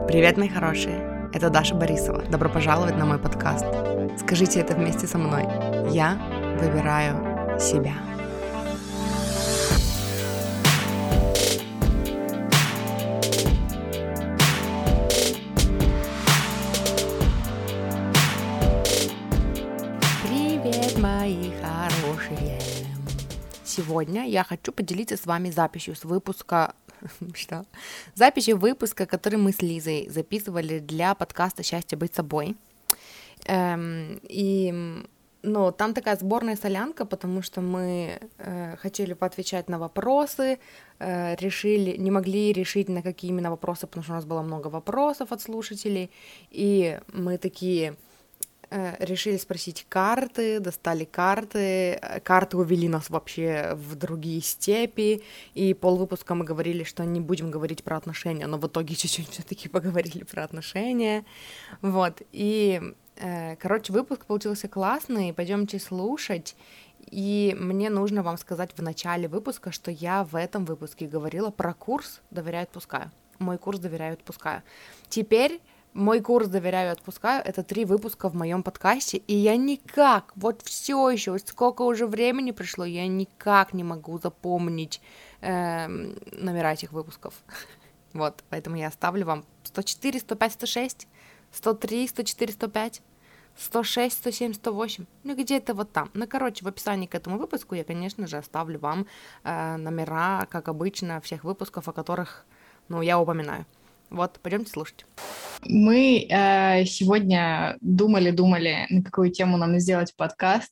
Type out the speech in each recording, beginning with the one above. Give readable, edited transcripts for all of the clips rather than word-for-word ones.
Привет, мои хорошие! Это Даша Борисова. Добро пожаловать на мой подкаст. Скажите это вместе со мной. Я выбираю себя. Привет, мои хорошие! Сегодня я хочу поделиться с вами записью с выпуска... Что? Записью выпуска, который мы с Лизой записывали для подкаста «Счастье быть собой». Там такая сборная солянка, потому что мы хотели поотвечать на вопросы, не могли решить, на какие именно вопросы, потому что у нас было много вопросов от слушателей, и мы такие... решили спросить карты, достали карты увели нас вообще в другие степи, и полвыпуска мы говорили, что не будем говорить про отношения, но в итоге чуть-чуть все-таки поговорили про отношения, вот, и, выпуск получился классный, пойдемте слушать, и мне нужно вам сказать в начале выпуска, что я в этом выпуске говорила про курс «Доверяю, отпускаю», мой курс «Доверяю, отпускаю». Теперь мой курс «Доверяю, отпускаю» — это 3 выпуска в моем подкасте, и я никак, все еще, сколько уже времени прошло, я никак не могу запомнить номера этих выпусков. Вот, поэтому я оставлю вам 104, 105, 106, 103, 104, 105, 106, 107, 108, где-то вот там. В описании к этому выпуску я, конечно же, оставлю вам номера, как обычно, всех выпусков, о которых, я упоминаю. Вот, пойдемте слушать. Мы сегодня думали, на какую тему нам сделать подкаст.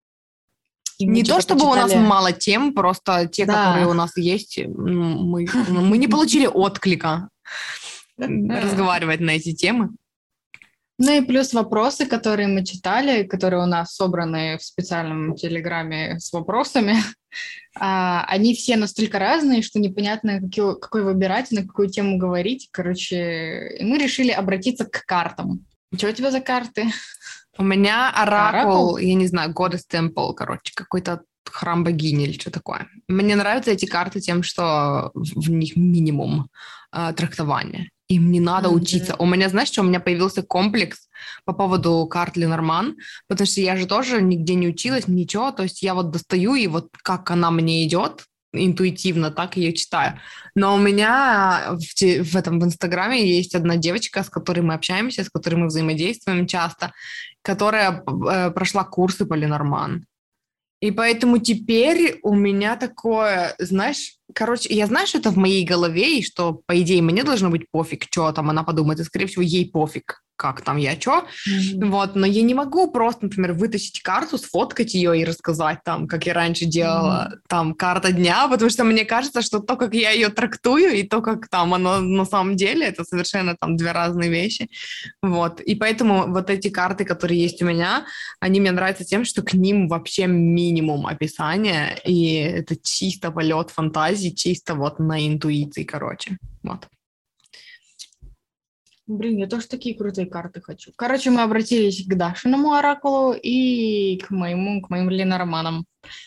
Не то чтобы у нас мало тем, просто те, которые у нас есть, мы не получили отклика разговаривать на эти темы. Ну и плюс вопросы, которые мы читали, которые у нас собраны в специальном телеграме с вопросами, они все настолько разные, что непонятно, какой выбирать, на какую тему говорить. Мы решили обратиться к картам. Что у тебя за карты? У меня оракул, я не знаю, Goddess Temple, какой-то храм богини или что такое. Мне нравятся эти карты тем, что в них минимум трактования. Им не надо учиться. У меня, знаешь что, у меня появился комплекс по поводу карт Ленорман, потому что я же тоже нигде не училась, ничего, то есть я достаю, и как она мне идет, интуитивно, так ее читаю. Но у меня в Инстаграме есть одна девочка, с которой мы общаемся, с которой мы взаимодействуем часто, которая прошла курсы по Ленорман. И поэтому теперь у меня такое, знаешь, я знаю, что это в моей голове, и что, по идее, мне должно быть пофиг, что там она подумает, и, скорее всего, ей пофиг, как там я, что. Но я не могу просто, например, вытащить карту, сфоткать ее и рассказать там, как я раньше делала, там, карта дня, потому что мне кажется, что то, как я ее трактую, и то, как там она на самом деле, это совершенно там 2 разные вещи. И поэтому эти карты, которые есть у меня, они мне нравятся тем, что к ним вообще минимум описания, и это чисто полет фантазии, чисто на интуиции, вот. Блин, я тоже такие крутые карты хочу. Мы обратились к Дашиному оракулу и к моим Ленорманам.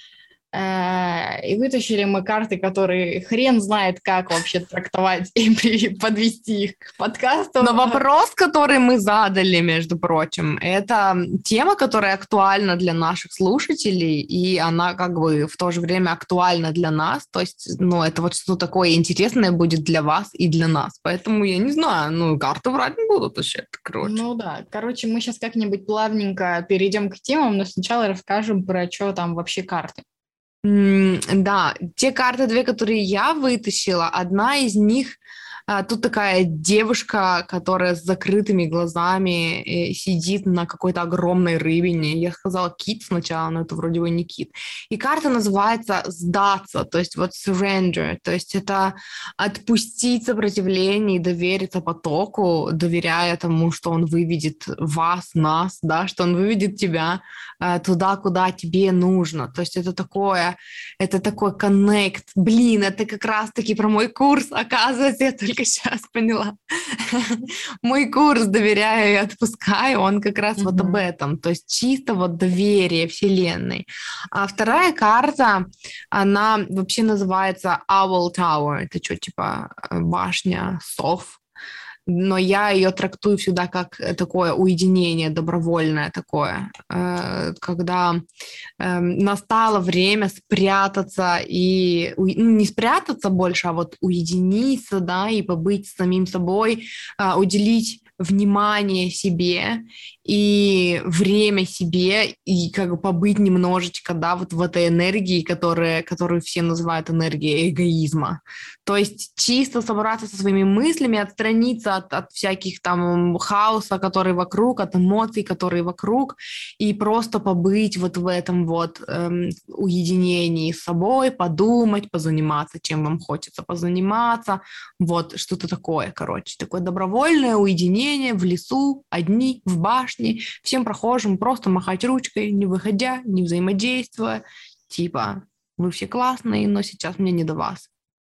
И вытащили мы карты, которые хрен знает, как вообще трактовать и подвести их к подкасту. Но вопрос, который мы задали, между прочим, это тема, которая актуальна для наших слушателей, и она в то же время актуальна для нас. То есть, это что-то такое интересное будет для вас и для нас. Поэтому я не знаю, карты врать не будут вообще. Мы сейчас как-нибудь плавненько перейдем к темам, но сначала расскажем про что там вообще карты. Да, те карты 2, которые я вытащила, одна из них, тут такая девушка, которая с закрытыми глазами сидит на какой-то огромной рыбине. Я сказала кит сначала, но это вроде бы не кит. И карта называется «Сдаться», то есть surrender, то есть это отпустить сопротивление и довериться потоку, доверяя тому, что он выведет вас, нас, да, что он выведет тебя туда, куда тебе нужно. То есть это такой коннект. Блин, это как раз-таки про мой курс, оказывается, я только сейчас поняла. Мой курс «Доверяю и отпускаю», он как раз об этом. То есть чисто доверие Вселенной. А вторая карта, она вообще называется Owl Tower. Это что, типа башня сов? но я ее трактую всегда как такое уединение добровольное такое, когда настало время спрятаться и не спрятаться больше, а вот уединиться, да, и побыть с самим собой, уделить внимание себе и время себе, и как бы побыть немножечко, да, вот в этой энергии, которую все называют энергией эгоизма. То есть чисто собраться со своими мыслями, отстраниться от всяких там хаоса, который вокруг, от эмоций, которые вокруг, и просто побыть вот в этом вот уединении с собой, подумать, позаниматься, чем вам хочется позаниматься, вот что-то такое, короче, такое добровольное уединение в лесу, одни, в башне, всем прохожим просто махать ручкой, не выходя, не взаимодействуя, типа, вы все классные, но сейчас мне не до вас.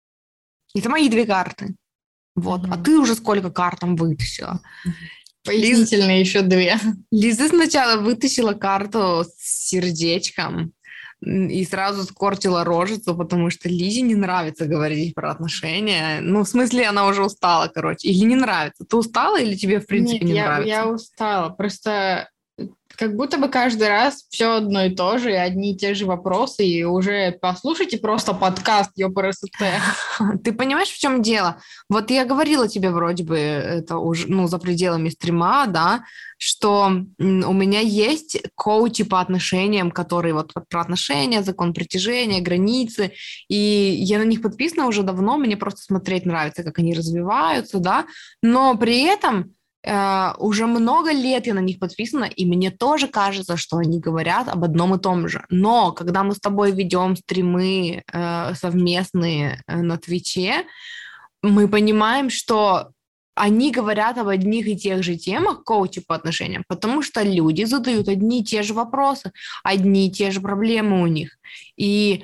Это мои 2 карты. Вот. А ты уже сколько карт там вытащила? Пояснительные еще 2. Лиза сначала вытащила карту с сердечком и сразу скорчила рожицу, потому что Лизе не нравится говорить про отношения. Ну, в смысле, она уже устала, короче. Или не нравится? Ты устала или тебе, в принципе, Нет, не нравится? я устала. Просто как будто бы каждый раз все одно и то же, и одни и те же вопросы, и уже послушайте просто подкаст ЕПРСТ. Ты понимаешь, в чем дело? Вот я говорила тебе вроде бы это уже, ну, за пределами стрима, да, что у меня есть коучи по отношениям, которые вот про отношения, закон притяжения, границы, и я на них подписана уже давно, мне просто смотреть нравится, как они развиваются, да, но при этом уже много лет я на них подписана, и мне тоже кажется, что они говорят об одном и том же. Но когда мы с тобой ведем стримы совместные на Твиче, мы понимаем, что они говорят об одних и тех же темах, коучи по отношениям, потому что люди задают одни и те же вопросы, одни и те же проблемы у них. И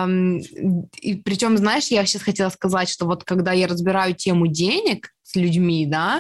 причем, знаешь, я сейчас хотела сказать, что вот когда я разбираю тему денег с людьми, да,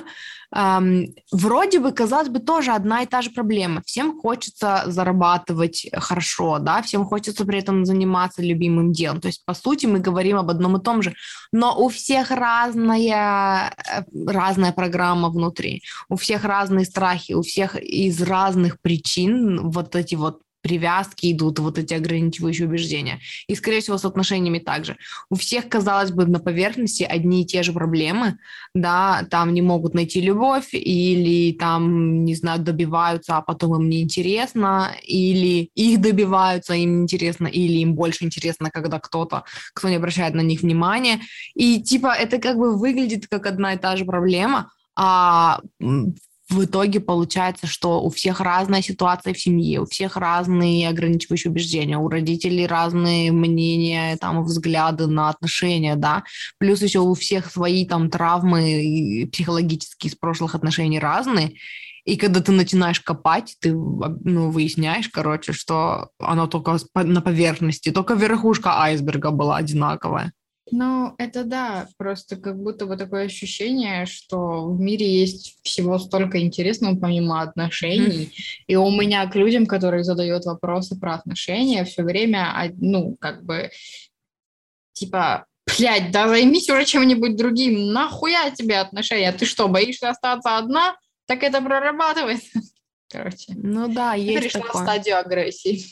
вроде бы, казалось бы, тоже одна и та же проблема. Всем хочется зарабатывать хорошо, да, всем хочется при этом заниматься любимым делом. То есть, по сути, мы говорим об одном и том же, но у всех разная программа внутри, у всех разные страхи, у всех из разных причин вот эти вот привязки идут, вот эти ограничивающие убеждения. И, скорее всего, с отношениями также. У всех, казалось бы, на поверхности одни и те же проблемы, да, там не могут найти любовь, или там, не знаю, добиваются, а потом им неинтересно, или их добиваются, им неинтересно, или им больше интересно, когда кто не обращает на них внимания. И, типа, это как бы выглядит как одна и та же проблема, а в итоге получается, что у всех разная ситуация в семье, у всех разные ограничивающие убеждения, у родителей разные мнения, там, взгляды на отношения, да, плюс еще у всех свои там травмы психологические из прошлых отношений разные, и когда ты начинаешь копать, ты, ну, выясняешь, короче, что оно только на поверхности, только верхушка айсберга была одинаковая. Ну, это да, просто как будто бы такое ощущение, что в мире есть всего столько интересного помимо отношений, и у меня к людям, которые задают вопросы про отношения, все время, ну, как бы, типа, блядь, да займись уже чем-нибудь другим, нахуя тебе отношения? Ты что, боишься остаться одна? Так это прорабатывает. Короче, ну да, я есть перешла такое. в стадию агрессии.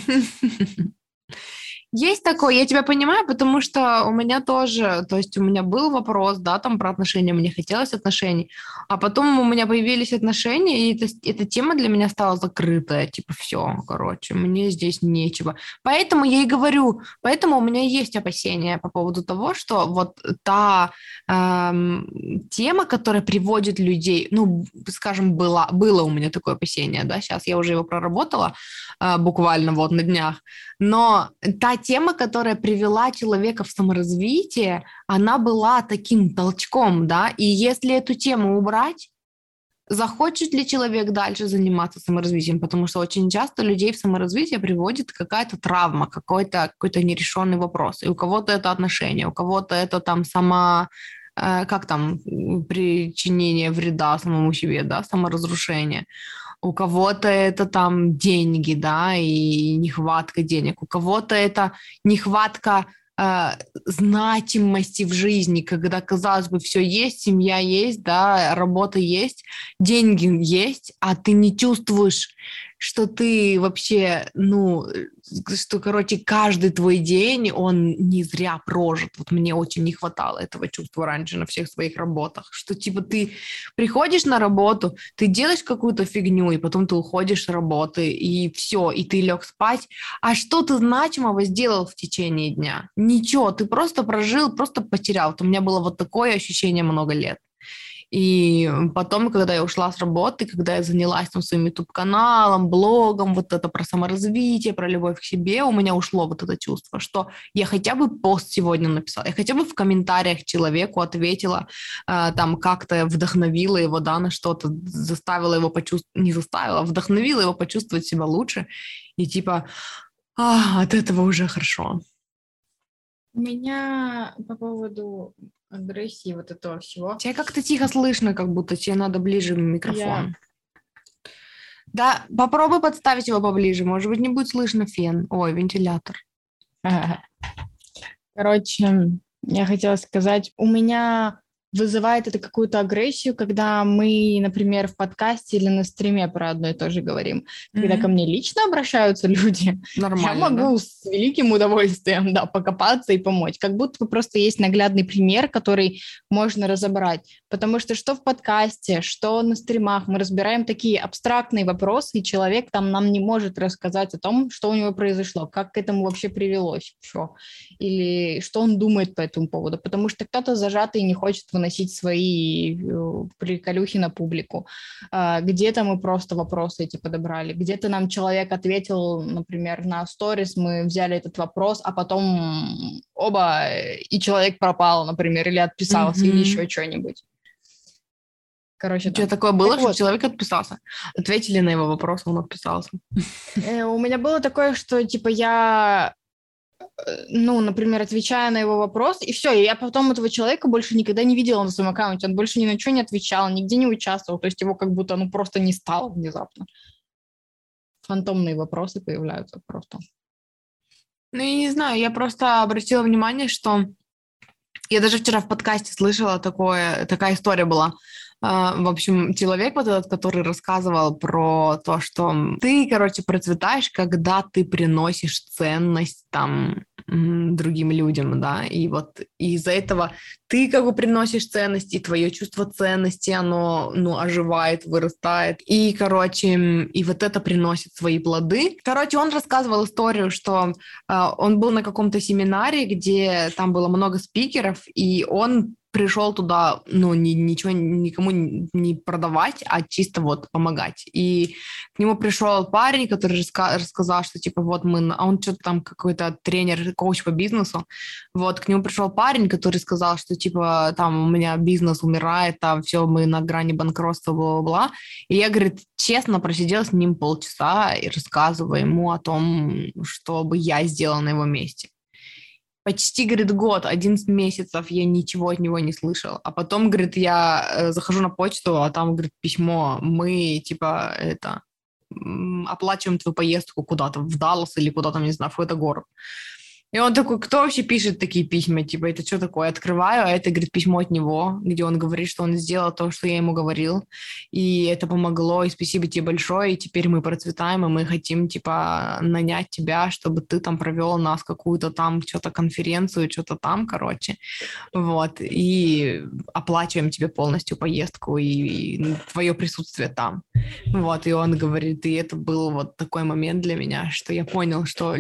Есть такое, я тебя понимаю, потому что у меня тоже, то есть у меня был вопрос, да, там про отношения, мне хотелось отношений, а потом у меня появились отношения, и эта тема для меня стала закрытая, типа все, короче, мне здесь нечего. Поэтому я и говорю, поэтому у меня есть опасения по поводу того, что вот та тема, которая приводит людей, ну, скажем, было у меня такое опасение, да, сейчас я уже его проработала буквально вот на днях, но та тема, которая привела человека в саморазвитие, она была таким толчком, да, и если эту тему убрать, захочет ли человек дальше заниматься саморазвитием, потому что очень часто людей в саморазвитие приводит какая-то травма, какой-то нерешенный вопрос, и у кого-то это отношения, у кого-то это там как там, причинение вреда самому себе, да, саморазрушение. У кого-то это там деньги, да, и нехватка денег. У кого-то это нехватка значимости в жизни, когда, казалось бы, все есть, семья есть, да, работа есть, деньги есть, а ты не чувствуешь, что ты вообще, что, короче, каждый твой день, он не зря прожит. Вот мне очень не хватало этого чувства раньше на всех своих работах, что, типа, ты приходишь на работу, ты делаешь какую-то фигню, и потом ты уходишь с работы, и все, и ты лег спать. А что ты значимого сделал в течение дня? Ничего, ты просто прожил, просто потерял. Вот у меня было вот такое ощущение много лет. И потом, когда я ушла с работы, когда я занялась там своим YouTube-каналом, блогом, вот это про саморазвитие, про любовь к себе, у меня ушло вот это чувство, что я хотя бы пост сегодня написала, я хотя бы в комментариях человеку ответила, там как-то вдохновила его, да, на что-то, заставила его почувствовать, не заставила, вдохновила его почувствовать себя лучше. И типа, от этого уже хорошо. У меня по поводу агрессии вот этого всего. Тебя как-то тихо слышно, как будто тебе надо ближе микрофон. Да, попробуй подставить его поближе, может быть, не будет слышно фен. Ой, вентилятор. Короче, я хотела сказать, у меня вызывает это какую-то агрессию, когда мы, например, в подкасте или на стриме про одно и то же говорим. Когда ко мне лично обращаются люди, Нормально, я могу да? с великим удовольствием, да, покопаться и помочь. Как будто бы просто есть наглядный пример, который можно разобрать. Потому что в подкасте, что на стримах мы разбираем такие абстрактные вопросы, и человек там нам не может рассказать о том, что у него произошло, как к этому вообще привелось, что, или что он думает по этому поводу. Потому что кто-то зажатый и не хочет выносить свои приколюхи на публику. Где-то мы просто вопросы эти подобрали. Где-то нам человек ответил, например, на сторис, мы взяли этот вопрос, а потом оба, и человек пропал, например, или отписался, или еще что-нибудь. Короче, у тебя такое было, что человек отписался? Ответили на его вопрос, он отписался. У меня было такое, что, типа, я... например, отвечая на его вопрос, и все, и я потом этого человека больше никогда не видела на своем аккаунте, он больше ни на что не отвечал, нигде не участвовал, то есть его как будто, просто не стало внезапно. Фантомные вопросы появляются просто. Я не знаю, я просто обратила внимание, что я даже вчера в подкасте слышала такая история была. В общем, человек вот этот, который рассказывал про то, что ты, короче, процветаешь, когда ты приносишь ценность там другим людям, да, и вот из-за этого ты как бы приносишь ценность, и твое чувство ценности, оно, оживает, вырастает, и, короче, и вот это приносит свои плоды. Короче, он рассказывал историю, что он был на каком-то семинаре, где там было много спикеров, и он пришел туда, ничего никому не продавать, а чисто вот помогать. И к нему пришел парень, который рассказал, что типа вот он что-то там какой-то тренер, коуч по бизнесу. Вот, к нему пришел парень, который сказал, что типа там у меня бизнес умирает, там все, мы на грани банкротства, бла-бла-бла. И я, говорит, честно просидела с ним полчаса и рассказываю ему о том, что бы я сделала на его месте. Почти, говорит, год, 11 месяцев я ничего от него не слышал. А потом, говорит, я захожу на почту, а там, говорит, письмо. Мы, типа, оплачиваем твою поездку куда-то в Даллас или куда-то, не знаю, в какой-то город. И он такой, кто вообще пишет такие письма? Типа, это что такое? Открываю, а это, говорит, письмо от него, где он говорит, что он сделал то, что я ему говорил. И это помогло, и спасибо тебе большое, и теперь мы процветаем, и мы хотим, типа, нанять тебя, чтобы ты там провел нас какую-то там что-то конференцию, что-то там, короче. Вот. И оплачиваем тебе полностью поездку и твое присутствие там. Вот. И он говорит, и это был вот такой момент для меня, что я понял, что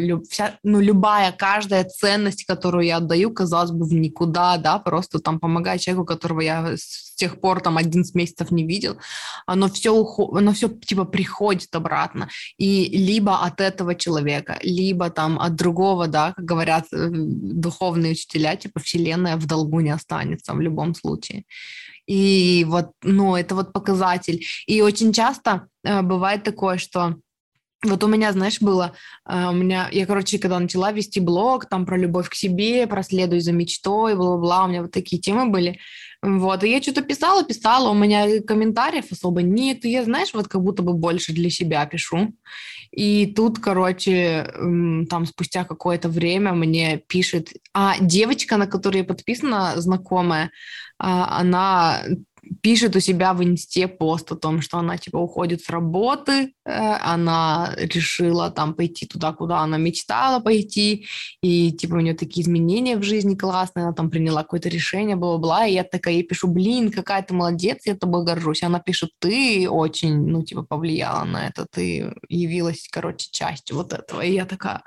каждая ценность, которую я отдаю, казалось бы, в никуда, да, просто там помогать человеку, которого я с тех пор там 11 месяцев не видел, оно все типа приходит обратно. И либо от этого человека, либо там от другого, да, как говорят духовные учителя, типа вселенная в долгу не останется в любом случае. И вот, это вот показатель. И очень часто бывает такое, что Вот у меня, знаешь, было, я, короче, когда начала вести блог, там про любовь к себе, про следуй за мечтой, бла-бла-бла, у меня вот такие темы были. Вот, и я что-то писала, у меня комментариев особо нет, и я, знаешь, вот как будто бы больше для себя пишу. И тут, короче, там спустя какое-то время мне пишет, девочка, на которую я подписана, знакомая, она пишет у себя в инсте пост о том, что она типа уходит с работы, она решила там пойти туда, куда она мечтала пойти, и типа у нее такие изменения в жизни классные, она там приняла какое-то решение, бла-бла-бла, и я такая ей пишу, блин, какая ты молодец, я тобой горжусь. Она пишет, ты очень, ну, типа, повлияла на это, ты явилась, короче, частью вот этого. И я такая,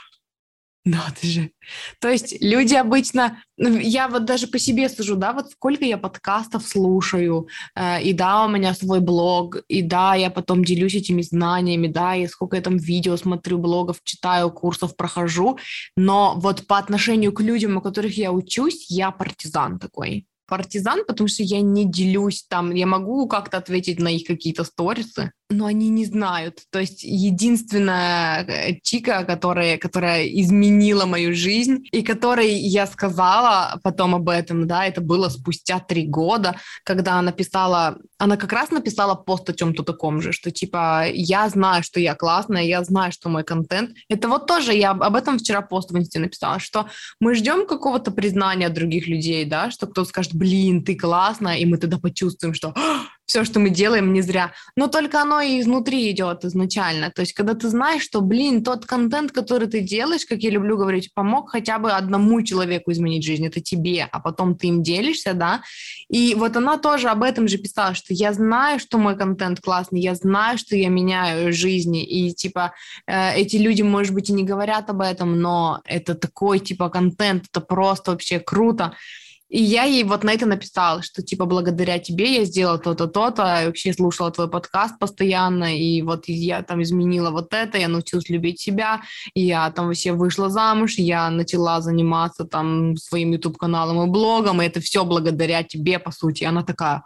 надо же. То есть люди обычно, я вот даже по себе сужу, да, вот сколько я подкастов слушаю, и да, у меня свой блог, и да, я потом делюсь этими знаниями, да, и сколько я там видео смотрю, блогов читаю, курсов прохожу, но вот по отношению к людям, у которых я учусь, я партизан такой. Партизан, потому что я не делюсь там, я могу как-то ответить на их какие-то сторисы, но они не знают. То есть единственная чика, которая изменила мою жизнь, и которой я сказала потом об этом, да, это было спустя 3 года, когда она как раз написала пост о чем-то таком же, что типа я знаю, что я классная, я знаю, что мой контент. Это вот тоже я об этом вчера пост в инсте написала, что мы ждем какого-то признания от других людей, да, что кто-то скажет, блин, ты классная, и мы тогда почувствуем, что все, что мы делаем, не зря. Но только оно и изнутри идет изначально. То есть, когда ты знаешь, что, блин, тот контент, который ты делаешь, как я люблю говорить, помог хотя бы одному человеку изменить жизнь, это тебе, а потом ты им делишься, да. И вот она тоже об этом же писала, что я знаю, что мой контент классный, я знаю, что я меняю жизни, и, типа, эти люди, может быть, и не говорят об этом, но это такой, типа, контент, это просто вообще круто. И я ей вот на это написала, что типа благодаря тебе я сделала то-то, то-то, и вообще слушала твой подкаст постоянно, и вот я там изменила вот это, я научилась любить себя, и я там вообще вышла замуж, я начала заниматься там своим YouTube-каналом и блогом, и это все благодаря тебе, по сути. И она такая,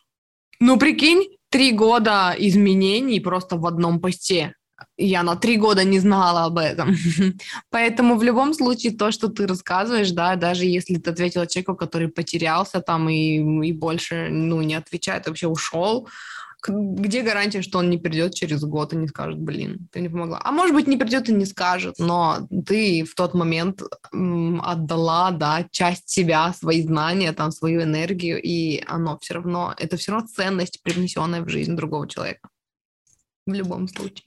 ну прикинь, 3 года изменений просто в одном посте. Я на 3 года не знала об этом. Поэтому в любом случае то, что ты рассказываешь, да, даже если ты ответила человеку, который потерялся там и больше, ну, не отвечает, вообще ушел, где гарантия, что он не придет через год и не скажет, блин, ты не помогла? А может быть, не придет и не скажет, но ты в тот момент отдала, да, часть себя, свои знания, там, свою энергию, и оно все равно, это все равно ценность, привнесенная в жизнь другого человека. В любом случае.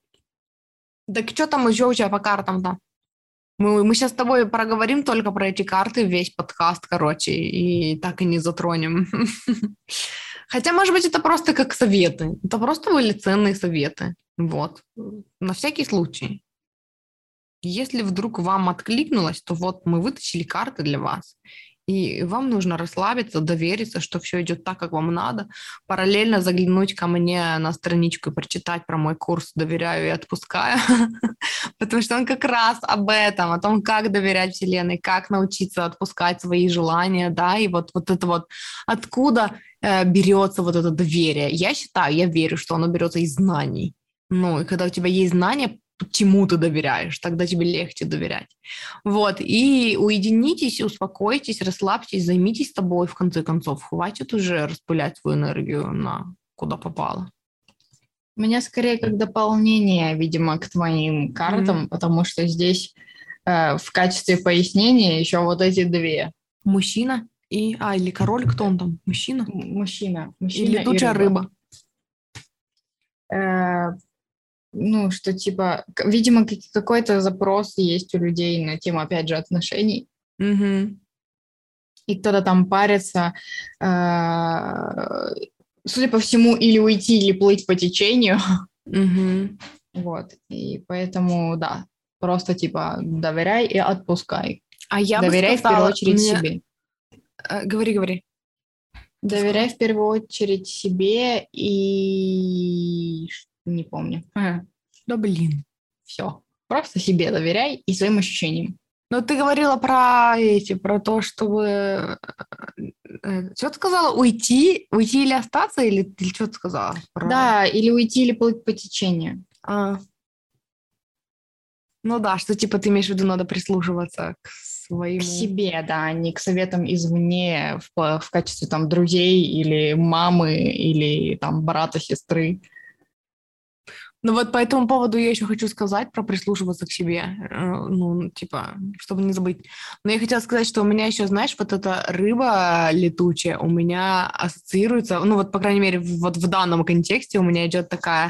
Так что там еще у тебя по картам-то? Мы сейчас с тобой проговорим только про эти карты, весь подкаст, короче, и так и не затронем. Хотя, может быть, это просто как советы. Это просто были ценные советы. Вот. На всякий случай. Если вдруг вам откликнулось, то вот мы вытащили карты для вас. И вам нужно расслабиться, довериться, что все идет так, как вам надо. Параллельно заглянуть ко мне на страничку и прочитать про мой курс «Доверяю и отпускаю». Потому что он как раз об этом, о том, как доверять Вселенной, как научиться отпускать свои желания, да, и вот это вот откуда берется вот это доверие. Я считаю, я верю, что оно берется из знаний. Ну, и когда у тебя есть знания, чему ты доверяешь, тогда тебе легче доверять. Вот, и уединитесь, успокойтесь, расслабьтесь, займитесь собой, в конце концов. Хватит уже распылять свою энергию на куда попало. У меня скорее как дополнение, видимо, к твоим картам, потому что здесь в качестве пояснения еще вот эти две. Мужчина или король, кто он там? Мужчина? Мужчина И летучая рыба. Ну, что типа, видимо, какой-то запрос есть у людей на тему, опять же, отношений. Угу. И кто-то там парится, судя по всему, или уйти, или плыть по течению. Угу. Вот. И поэтому, да, просто типа доверяй и отпускай. А я доверяй бы сказала, в первую очередь себе. Говори. Доверяй в первую очередь себе и... Не помню. Да блин. Все. Просто себе доверяй и своим ощущениям. Но ты говорила про то, чтобы... Что ты сказала? Уйти или остаться? Или что ты сказала? Да, или уйти, или плыть по течению. Ну да, что типа ты имеешь в виду, надо прислушиваться к К своему... себе, да, а не к советам извне в качестве там друзей или мамы или там брата, сестры. Ну вот по этому поводу я еще хочу сказать про прислушиваться к себе, ну, типа, чтобы не забыть. Но я хотела сказать, что у меня еще, знаешь, вот эта рыба летучая у меня ассоциируется, ну вот, по крайней мере, вот в данном контексте у меня идет такая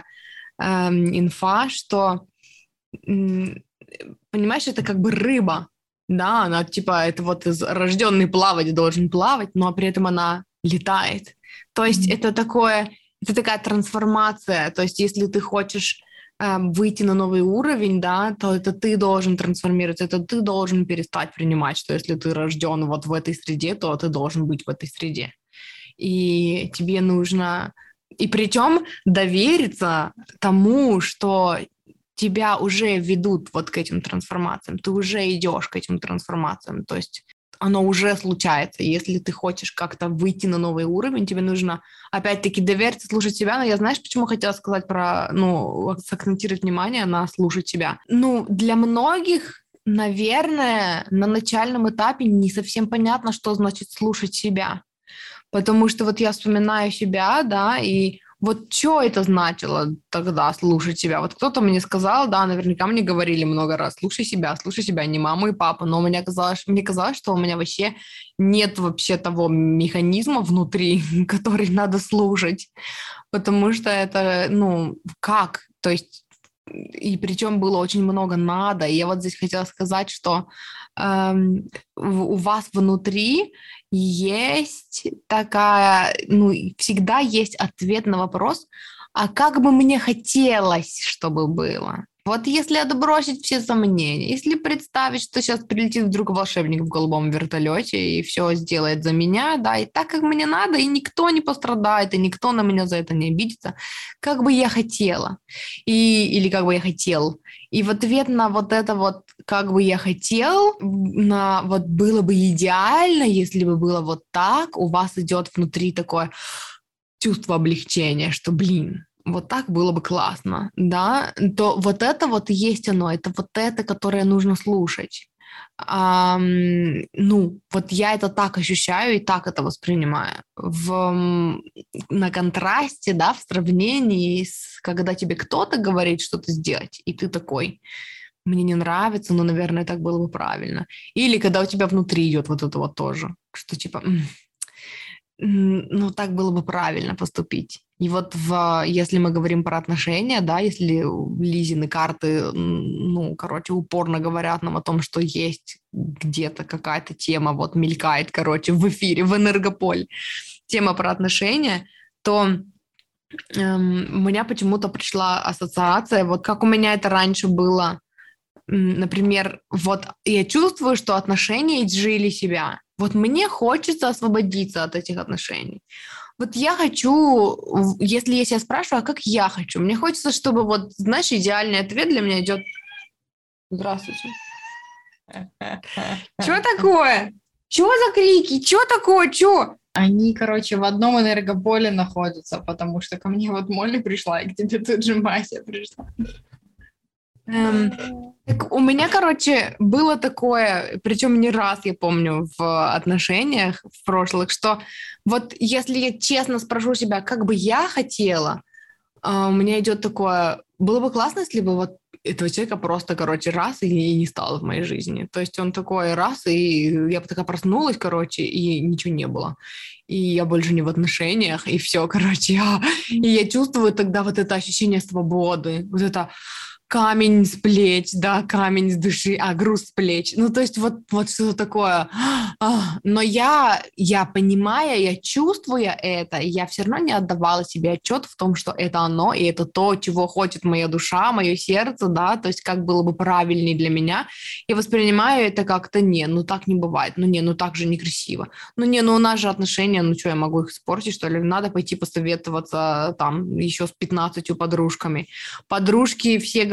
инфа, что, м, понимаешь, это как бы рыба, да, она типа, это вот рожденный плавать должен плавать, но при этом она летает. То есть это такое, это такая трансформация. То есть если ты хочешь выйти на новый уровень, да, то это ты должен трансформироваться, это ты должен перестать принимать, что если ты рожден вот в этой среде, то ты должен быть в этой среде. И тебе нужно... И причем довериться тому, что тебя уже ведут вот к этим трансформациям, ты уже идешь к этим трансформациям, то есть оно уже случается. Если ты хочешь как-то выйти на новый уровень, тебе нужно, опять-таки, довериться, слушать себя. Но я, знаешь, почему хотела сказать про, ну, сакцентировать внимание на слушать себя? Ну, для многих, наверное, на начальном этапе не совсем понятно, что значит слушать себя. Потому что вот я вспоминаю себя, да, и вот что это значило тогда слушать себя? Вот кто-то мне сказал, да, наверняка мне говорили много раз, слушай себя, не маму и папу, но мне казалось, что у меня вообще нет вообще того механизма внутри, который надо слушать, потому что это, ну, как? То есть и причем было очень много надо. И я вот здесь хотела сказать, что у вас внутри есть такая, ну, всегда есть ответ на вопрос, а как бы мне хотелось, чтобы было? Вот если отбросить все сомнения, если представить, что сейчас прилетит вдруг волшебник в голубом вертолете и все сделает за меня, да, и так, как мне надо, и никто не пострадает, и никто на меня за это не обидится, как бы я хотела, или как бы я хотел. И в ответ на вот это вот, как бы я хотел, на вот было бы идеально, если бы было вот так, у вас идет внутри такое чувство облегчения, что, блин, вот так было бы классно, да, то вот это вот и есть оно, это вот это, которое нужно слушать. Ну, вот я это так ощущаю и так это воспринимаю. На контрасте, да, в сравнении с, когда тебе кто-то говорит что-то сделать, и ты такой, мне не нравится, но, наверное, так было бы правильно. Или когда у тебя внутри идет вот это вот тоже, что типа, ну, так было бы правильно поступить. И вот если мы говорим про отношения, да, если Лизины карты, ну, короче, упорно говорят нам о том, что есть где-то какая-то тема, вот мелькает, короче, в эфире, в энергополе, тема про отношения, то у меня почему-то пришла ассоциация, вот как у меня это раньше было, например, вот я чувствую, что отношения изжили себя. Вот мне хочется освободиться от этих отношений. Вот я хочу, если я себя спрашиваю, а как я хочу? Мне хочется, чтобы вот, знаешь, идеальный ответ для меня идет. Здравствуйте. Что такое? Что за крики? Что такое? Что? Они, короче, в одном энергополе находятся, потому что ко мне вот Молли пришла, и к тебе тут же Мася пришла. Так у меня, короче, было такое, причем не раз, я помню, в отношениях в прошлых, что вот если я честно спрошу себя, как бы я хотела, у меня идет такое, было бы классно, если бы вот этого человека просто, короче, раз и не стало в моей жизни. То есть он такой раз, и я бы такая проснулась, короче, и ничего не было. И я больше не в отношениях, и все, короче. И я чувствую тогда вот это ощущение свободы, вот это камень с плеч, да, камень с души, груз с плеч. Ну, то есть вот что-то такое. Но я понимая, я чувствуя это, я все равно не отдавала себе отчет в том, что это оно, и это то, чего хочет моя душа, мое сердце, да, то есть как было бы правильнее для меня. Я воспринимаю это как-то, ну так не бывает, ну так же некрасиво. Ну у нас же отношения, ну что, я могу их испортить, что ли? Надо пойти посоветоваться там еще с 15 подружками. Подружки все говорят,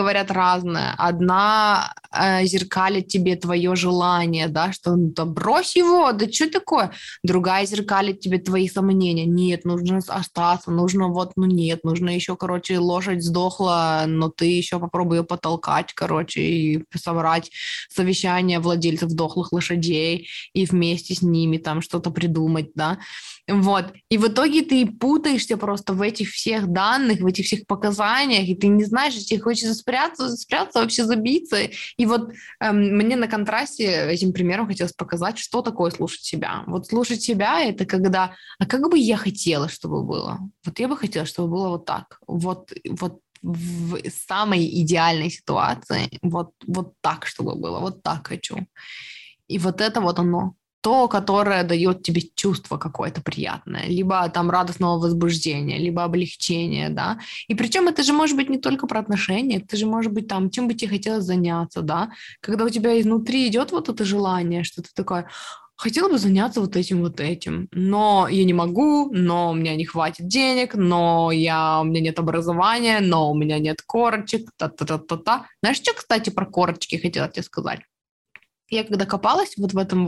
говорят разное. Одна зеркалит тебе твое желание, да, что ну, да брось его, да что такое? Другая зеркалит тебе твои сомнения. Нет, нужно остаться, нужно вот, ну нет, нужно еще, короче, лошадь сдохла, но ты еще попробуй ее потолкать, короче, и собрать совещание владельцев дохлых лошадей и вместе с ними там что-то придумать, да. Вот. И в итоге ты путаешься просто в этих всех данных, в этих всех показаниях, и ты не знаешь, тебе хочется спрятаться, вообще забиться. И вот мне на контрасте этим примером хотелось показать, что такое слушать себя. Вот слушать себя — это когда, а как бы я хотела, чтобы было? Вот я бы хотела, чтобы было вот так. Вот в самой идеальной ситуации вот так, чтобы было, вот так хочу. И вот это вот оно. То, которое дает тебе чувство какое-то приятное, либо там радостного возбуждения, либо облегчения, да. И причем это же может быть не только про отношения, это же может быть там, чем бы тебе хотелось заняться, да. Когда у тебя изнутри идет вот это желание, что ты такое, хотела бы заняться вот этим, но я не могу, но у меня не хватит денег, но у меня нет образования, но у меня нет корочек, та-та-та-та-та. Знаешь, что, кстати, про корочки хотела тебе сказать? Я когда копалась вот в этом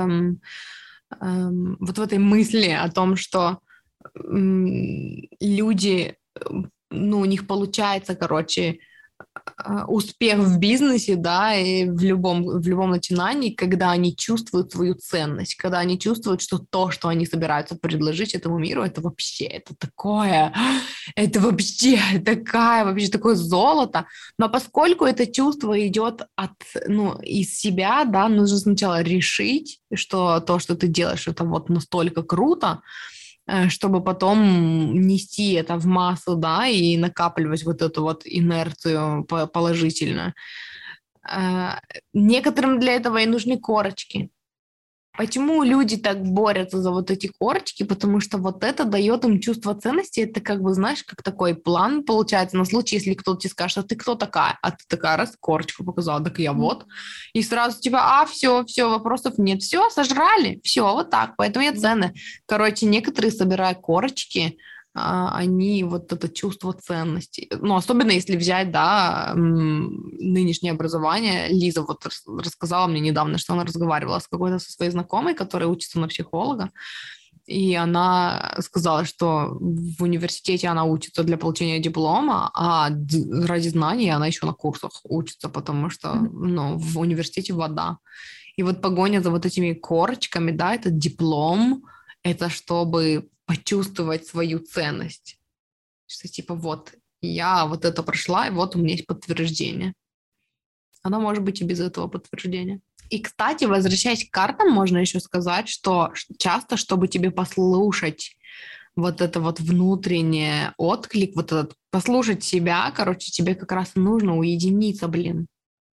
вот в этой мысли о том, что люди, ну, у них получается, короче, успех в бизнесе, да, и в любом начинании, когда они чувствуют свою ценность, когда они чувствуют, что то, что они собираются предложить этому миру, это вообще, это такое, это вообще такое золото. Но поскольку это чувство идет из себя, да, нужно сначала решить, что то, что ты делаешь, это вот настолько круто, чтобы потом нести это в массу, да, и накапливать вот эту вот инерцию положительную. Некоторым для этого и нужны корочки. Почему люди так борются за вот эти корочки? Потому что вот это дает им чувство ценности. Это как бы, знаешь, как такой план получается на случай, если кто-то тебе скажет, а ты кто такая? А ты такая, раз, корочку показала, так я вот. И сразу типа, все, вопросов нет. Все, сожрали, все, вот так. Поэтому я ценная. Короче, некоторые, собирая корочки, они вот это чувство ценности. Ну, особенно если взять, да, нынешнее образование. Лиза вот рассказала мне недавно, что она разговаривала с какой-то со своей знакомой, которая учится на психолога, и она сказала, что в университете она учится для получения диплома, а ради знаний она еще на курсах учится, потому что, ну, в университете вода. И вот погоня за вот этими корочками, да, этот диплом, это чтобы почувствовать свою ценность. Что типа вот, я вот это прошла, и вот у меня есть подтверждение. Оно может быть и без этого подтверждения. И, кстати, возвращаясь к картам, можно еще сказать, что часто, чтобы тебе послушать вот это вот внутренний отклик, вот этот, послушать себя, короче, тебе как раз нужно уединиться, блин.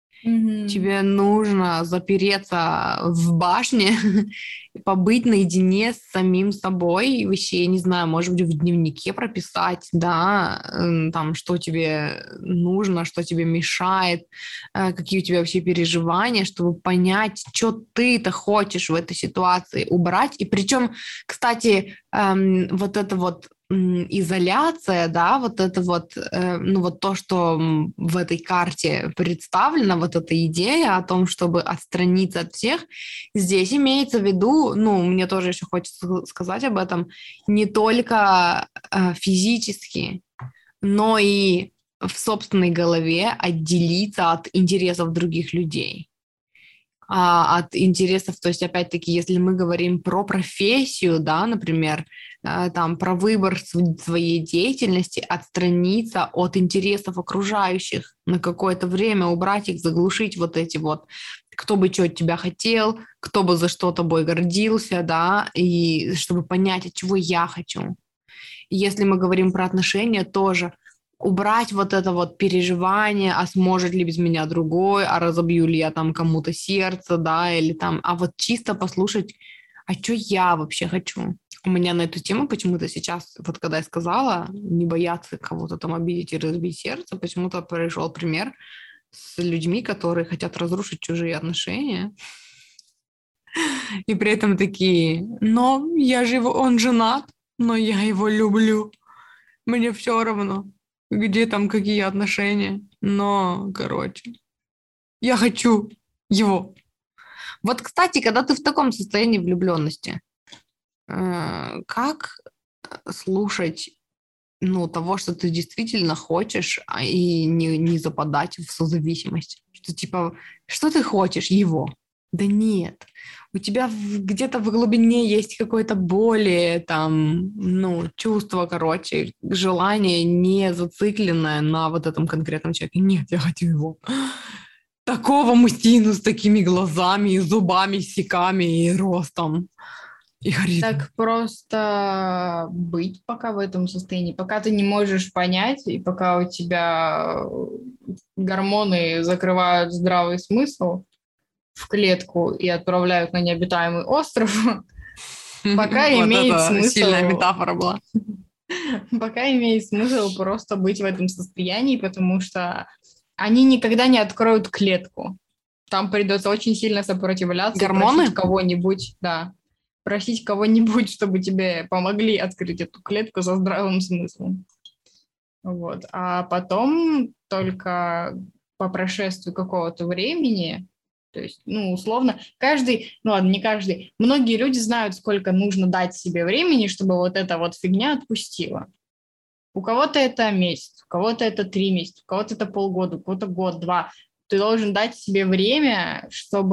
Тебе нужно запереться в башне, побыть наедине с самим собой, и вообще, я не знаю, может быть, в дневнике прописать, да, там, что тебе нужно, что тебе мешает, какие у тебя вообще переживания, чтобы понять, что ты-то хочешь в этой ситуации убрать. И причем, кстати, вот это вот изоляция, да, вот это вот, ну вот то, что в этой карте представлено, вот эта идея о том, чтобы отстраниться от всех, здесь имеется в виду, ну, мне тоже еще хочется сказать об этом, не только физически, но и в собственной голове отделиться от интересов других людей. От интересов, то есть, опять-таки, если мы говорим про профессию, да, например, там, про выбор своей деятельности, отстраниться от интересов окружающих на какое-то время, убрать их, заглушить вот эти вот, кто бы что от тебя хотел, кто бы за что тобой гордился, да, и чтобы понять, от чего я хочу. И если мы говорим про отношения, тоже убрать вот это вот переживание, а сможет ли без меня другой, а разобью ли я там кому-то сердце, да, или там, а вот чисто послушать, а что я вообще хочу. У меня на эту тему почему-то сейчас, вот когда я сказала, не бояться кого-то там обидеть и разбить сердце, почему-то пришел пример с людьми, которые хотят разрушить чужие отношения, и при этом такие, но он женат, но я его люблю, мне все равно. где там какие отношения. Но, короче, я хочу его. Вот, кстати, когда ты в таком состоянии влюбленности, как слушать, ну, того, что ты действительно хочешь, и не западать в созависимость? Что, типа, что ты хочешь? Его. Да нет. У тебя где-то в глубине есть какое-то более, там, ну, чувство, короче, желание не зацикленное на вот этом конкретном человеке. Нет, я хочу его. Такого мужчину с такими глазами, и зубами, сиками, и ростом, и харизмой. Так просто быть пока в этом состоянии, пока ты не можешь понять, и пока у тебя гормоны закрывают здравый смысл в клетку и отправляют на необитаемый остров, пока Вот имеет это сильная смысл, метафора была. пока имеет смысл просто быть в этом состоянии, потому что они никогда не откроют клетку. Там придется очень сильно сопротивляться и Гормоны? просить кого-нибудь, да, просить кого-нибудь, чтобы тебе помогли открыть эту клетку со здравым смыслом. Вот. А потом только по прошествии какого-то времени, то есть, ну, условно, каждый, ну ладно, не каждый, многие люди знают, сколько нужно дать себе времени, чтобы вот эта вот фигня отпустила. У кого-то это месяц, у кого-то это 3 месяца, у кого-то это полгода, у кого-то год-два. Ты должен дать себе время,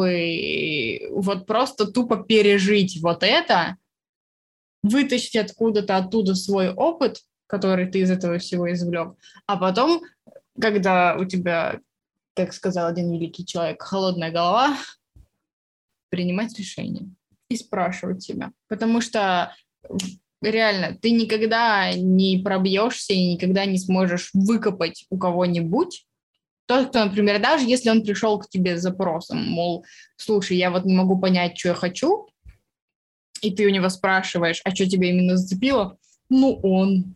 чтобы вот просто тупо пережить вот это, вытащить откуда-то оттуда свой опыт, который ты из этого всего извлек, а потом, когда у тебя, как сказал один великий человек, холодная голова, принимать решение и спрашивать себя. Потому что реально ты никогда не пробьешься и никогда не сможешь выкопать у кого-нибудь. Тот, кто, например, даже если он пришел к тебе с запросом, мол, слушай, я вот не могу понять, что я хочу, и ты у него спрашиваешь, а что тебя именно зацепило? Ну, он.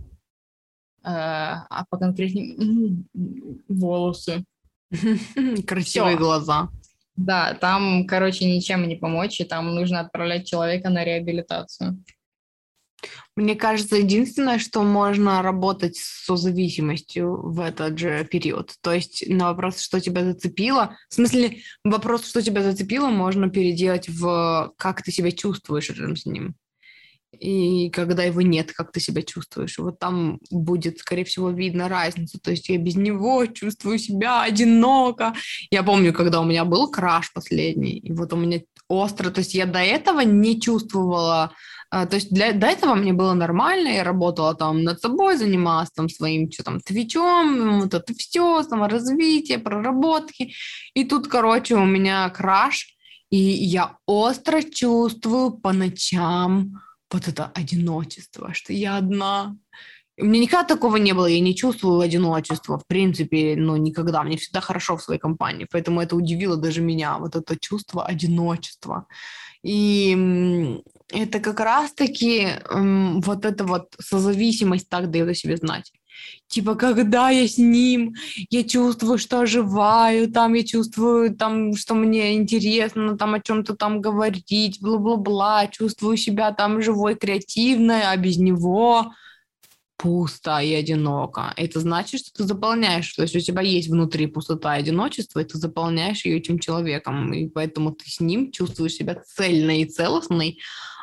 А поконкретнее волосы. Красивые Все. глаза. Да, там, короче, ничем не помочь, и там нужно отправлять человека на реабилитацию. Мне кажется, единственное, что можно работать с созависимостью в этот же период. То есть на вопрос, что тебя зацепило, в смысле, вопрос, что тебя зацепило, можно переделать в как ты себя чувствуешь рядом с ним. И когда его нет, как ты себя чувствуешь. Вот там будет, скорее всего, видно разницу. То есть я без него чувствую себя одиноко. Я помню, когда у меня был краш последний, и вот у меня остро, то есть я до этого не чувствовала, то есть до этого мне было нормально, я работала там над собой, занималась там своим, что там, твичом, вот это все, саморазвитие, проработки. И тут, короче, у меня краш, и я остро чувствую по ночам вот это одиночество, что я одна. У меня никогда такого не было, я не чувствую одиночества, в принципе, ну, никогда. Мне всегда хорошо в своей компании, поэтому это удивило даже меня, вот это чувство одиночества. И это как раз-таки вот эта вот созависимость так дает о себе знать. Типа, когда я с ним, я чувствую, что оживаю, там я чувствую, там, что мне интересно, там о чем-то там говорить, бла-бла-бла, чувствую себя там живой, креативной, а без него пусто и одиноко. Это значит, что ты заполняешь, то есть у тебя есть внутри пустота и одиночество, и ты заполняешь ее этим человеком, и поэтому ты с ним чувствуешь себя цельной и целостной,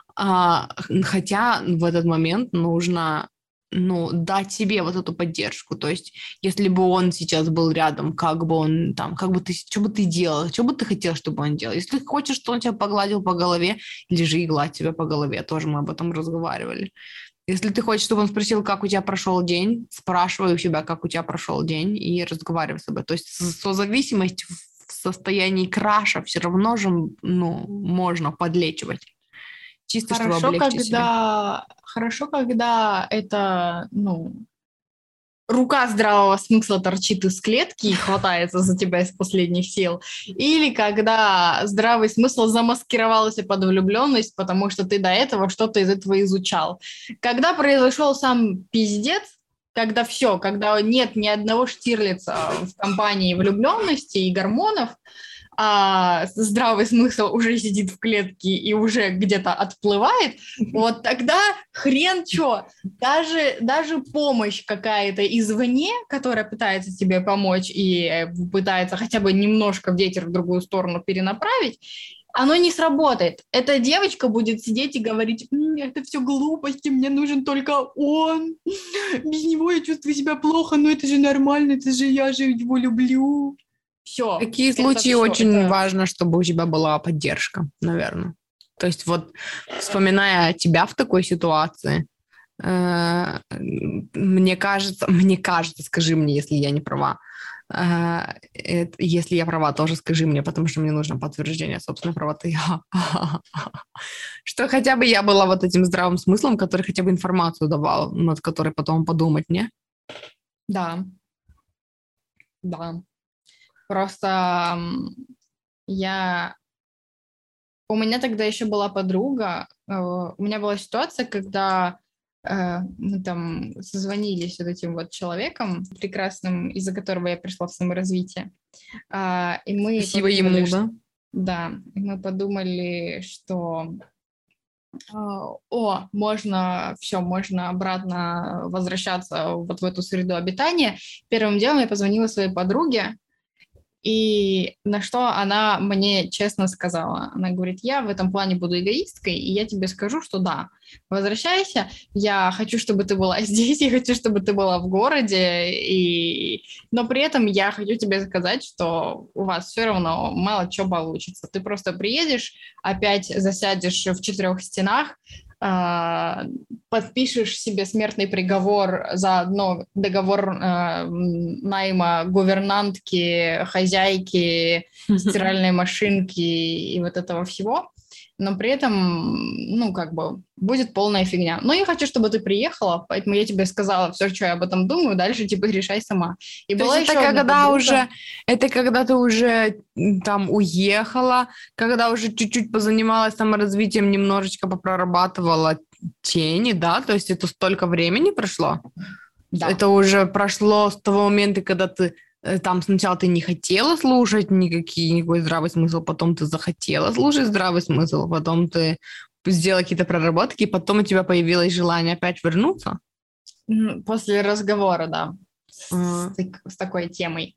хотя в этот момент нужно, ну, дать себе вот эту поддержку. То есть, если бы он сейчас был рядом, как бы он там, как бы ты, что бы ты делал, что бы ты хотел, чтобы он делал? Если хочешь, что он тебя погладил по голове, лежи и гладь тебя по голове. Тоже мы об этом разговаривали. Если ты хочешь, чтобы он спросил, как у тебя прошел день, спрашивай у себя, как у тебя прошел день, и разговаривай с собой. То есть созависимость в состоянии краша все равно же, ну, можно подлечивать. Чисто, чтобы облегчить себя. Хорошо, когда это, ну, рука здравого смысла торчит из клетки и хватается за тебя из последних сил, или когда здравый смысл замаскировался под влюбленность, потому что ты до этого что-то из этого изучал. Когда произошел сам пиздец, когда все, когда нет ни одного Штирлица в компании влюбленности и гормонов, а здравый смысл уже сидит в клетке и уже где-то отплывает, вот тогда хрен чё. Даже помощь какая-то извне, которая пытается тебе помочь и пытается хотя бы немножко ветер в другую сторону перенаправить, оно не сработает. Эта девочка будет сидеть и говорить: это все глупости, мне нужен только он. Без него я чувствую себя плохо, но это же нормально, это же я же его люблю. В Все. такие случаи очень важно, чтобы у тебя была поддержка, наверное. То есть вот, вспоминая тебя в такой ситуации, мне кажется, скажи мне, если я не права, если я права, тоже скажи мне, потому что мне нужно подтверждение собственной правоты. Что хотя бы я была вот этим здравым смыслом, который хотя бы информацию давал, над которой потом подумать, не? Да. Просто у меня тогда еще была подруга, у меня была ситуация, когда мы там созвонились с вот этим вот человеком прекрасным, из-за которого я пришла в саморазвитие. И мы Спасибо ему, да? Да, и мы подумали, что можно обратно возвращаться вот в эту среду обитания. Первым делом я позвонила своей подруге, и на что она мне честно сказала. Она говорит: я в этом плане буду эгоисткой, и я тебе скажу, что да, возвращайся, я хочу, чтобы ты была здесь, я хочу, чтобы ты была в городе, но при этом я хочу тебе сказать, что у вас все равно мало чего получится. Ты просто приедешь, опять засядешь в 4 стенах, подпишешь себе смертный приговор, заодно договор найма гувернантки, хозяйки, стиральной машинки и вот этого всего, но при этом, будет полная фигня. Но я хочу, чтобы ты приехала, поэтому я тебе сказала все, что я об этом думаю, дальше решай сама. И то была есть еще одна подруга. это когда ты уже там уехала, когда уже чуть-чуть позанималась саморазвитием, немножечко попрорабатывала тени, да? То есть это столько времени прошло? Да. Это уже прошло с того момента, когда ты там сначала ты не хотела слушать никакой здравый смысл, потом ты захотела слушать здравый смысл, потом ты сделала какие-то проработки, и потом у тебя появилось желание опять вернуться? После разговора, да, с такой темой.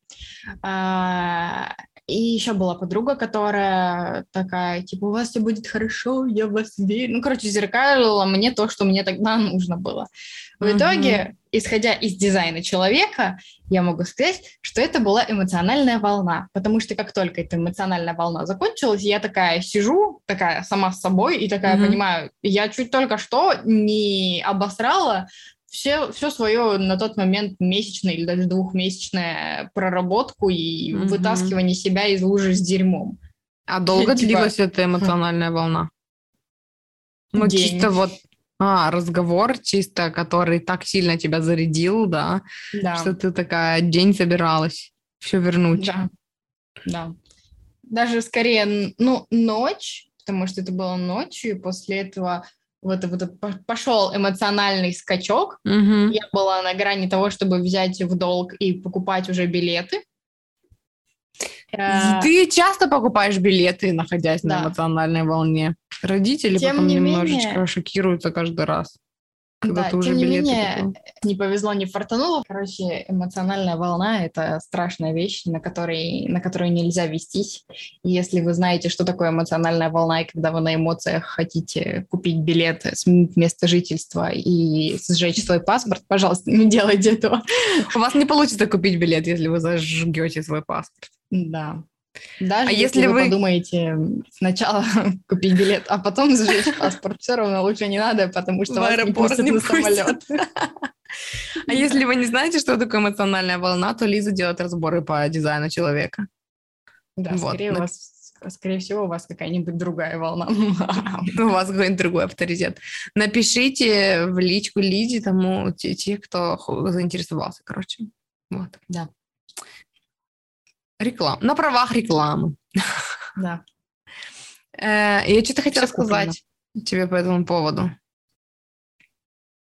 И еще была подруга, которая такая, типа: у вас все будет хорошо, я в вас верю. Зеркалила мне то, что мне тогда нужно было. В итоге, исходя из дизайна человека, я могу сказать, что это была эмоциональная волна, потому что как только эта эмоциональная волна закончилась, я такая сижу, такая сама с собой, и такая понимаю, я чуть только что не обосрала все свое на тот момент месячное или даже 2-месячное проработку и вытаскивание себя из лужи с дерьмом. А долго длилась эта эмоциональная волна? День. Чисто вот разговор чисто, который так сильно тебя зарядил, да, что ты такая день собиралась все вернуть. Да. Даже скорее, ночь, потому что это было ночью, и после этого вот пошел эмоциональный скачок. Я была на грани того, чтобы взять в долг и покупать уже билеты. Ты часто покупаешь билеты, находясь на эмоциональной волне? Родители потом немножечко шокируются каждый раз, когда ты уже билеты купил. Не повезло, не фартануло. Эмоциональная волна – это страшная вещь, на которую нельзя вестись. И если вы знаете, что такое эмоциональная волна, и когда вы на эмоциях хотите купить билет, сменить место жительства и сжечь свой паспорт, пожалуйста, не делайте этого. У вас не получится купить билет, если вы зажгете свой паспорт. Да. Даже если вы подумаете сначала купить билет, а потом сжечь паспорт, все равно лучше не надо, потому что вас не пустят на самолет. А если вы не знаете, что такое эмоциональная волна, то Лиза делает разборы по дизайну человека. Да, скорее всего, у вас какая-нибудь другая волна. У вас какой-нибудь другой авторитет. Напишите в личку Лизе те, кто заинтересовался, короче. Вот. Да. На правах рекламы. Да. Я что-то хотела сказать тебе по этому поводу.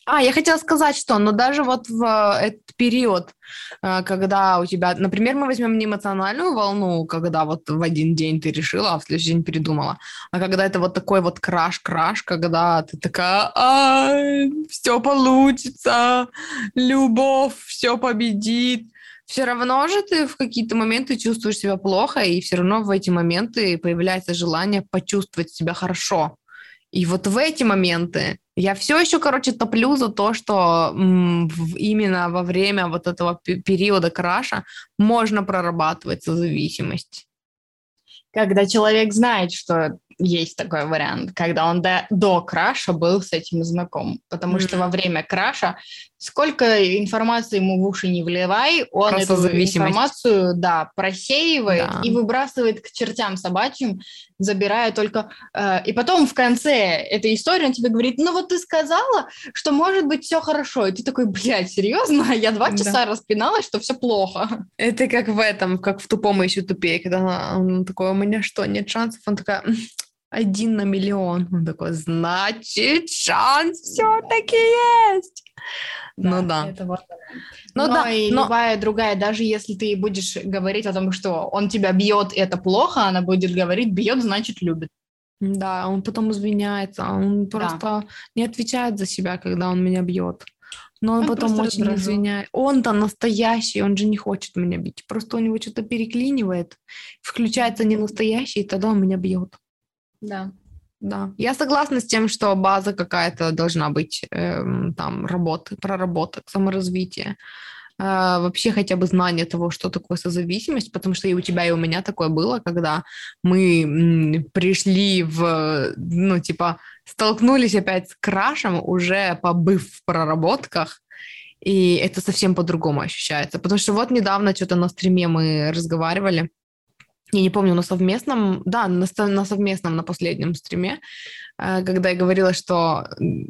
Я хотела сказать, что, но даже вот в этот период, когда у тебя, например, мы возьмем не эмоциональную волну, когда вот в один день ты решила, а в следующий день передумала, а когда это вот такой вот краш, когда ты такая, все получится, любовь все победит. Все равно же ты в какие-то моменты чувствуешь себя плохо, и все равно в эти моменты появляется желание почувствовать себя хорошо. И вот в эти моменты я все еще, топлю за то, что именно во время вот этого периода краша можно прорабатывать созависимость. Когда человек знает, что есть такой вариант, когда он до краша был с этим знаком. Потому что во время краша сколько информации ему в уши не вливай, он эту информацию, просеивает и выбрасывает к чертям собачьим, забирая только... и потом в конце этой истории он тебе говорит, ну вот ты сказала, что может быть все хорошо. И ты такой, блядь, серьезно? Я 2 часа распиналась, что все плохо. Это как в этом, как в «Тупом и еще тупее», когда он такой, у меня что, нет шансов? Он такая... 1 на миллион. Он такой, значит, шанс все-таки есть. Это вот. Любая другая, даже если ты будешь говорить о том, что он тебя бьет, это плохо, она будет говорить, бьет, значит, любит. Да, он потом извиняется, он просто не отвечает за себя, когда он меня бьет. Но он потом очень извиняется. Он-то настоящий, он же не хочет меня бить. Просто у него что-то переклинивает, включается не настоящий, и тогда он меня бьет. Да. Я согласна с тем, что база какая-то должна быть, там, проработок, саморазвития. Вообще хотя бы знание того, что такое созависимость, потому что и у тебя, и у меня такое было, когда мы пришли столкнулись опять с крашем, уже побыв в проработках, и это совсем по-другому ощущается. Потому что вот недавно что-то на стриме мы разговаривали, я не помню, на совместном, на совместном, на последнем стриме, когда я говорила, что,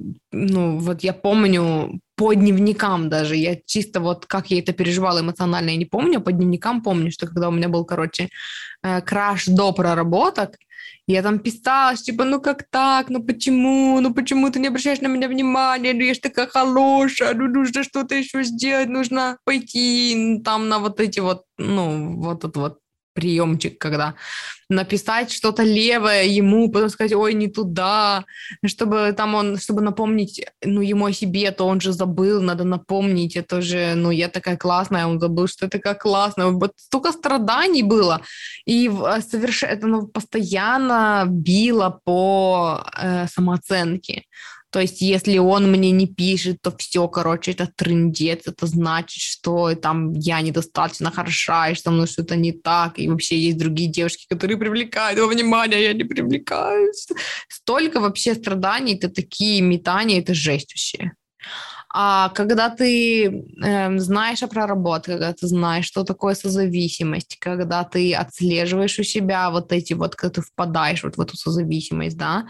я помню по дневникам даже, я чисто вот как я это переживала эмоционально, я не помню, по дневникам помню, что когда у меня был, краш до проработок, я там писала, как так, почему ты не обращаешь на меня внимания, я же такая хорошая, нужно что-то еще сделать, нужно пойти там на вот эти вот, вот этот вот приемчик, когда написать что-то левое ему, потом сказать, ой, не туда, чтобы напомнить, ему о себе, то он же забыл, надо напомнить, это же, я такая классная, он забыл, что я такая классная, вот столько страданий было, и это постоянно било по самооценке. То есть, если он мне не пишет, то все, это трындец, это значит, что там я недостаточно хороша, и что со мной что-то не так, и вообще есть другие девушки, которые привлекают его внимание, я не привлекаюсь. Столько вообще страданий, это такие метания, это жесть вообще. А когда ты знаешь о проработке, когда ты знаешь, что такое созависимость, когда ты отслеживаешь у себя вот эти вот, когда ты впадаешь вот в эту созависимость, да,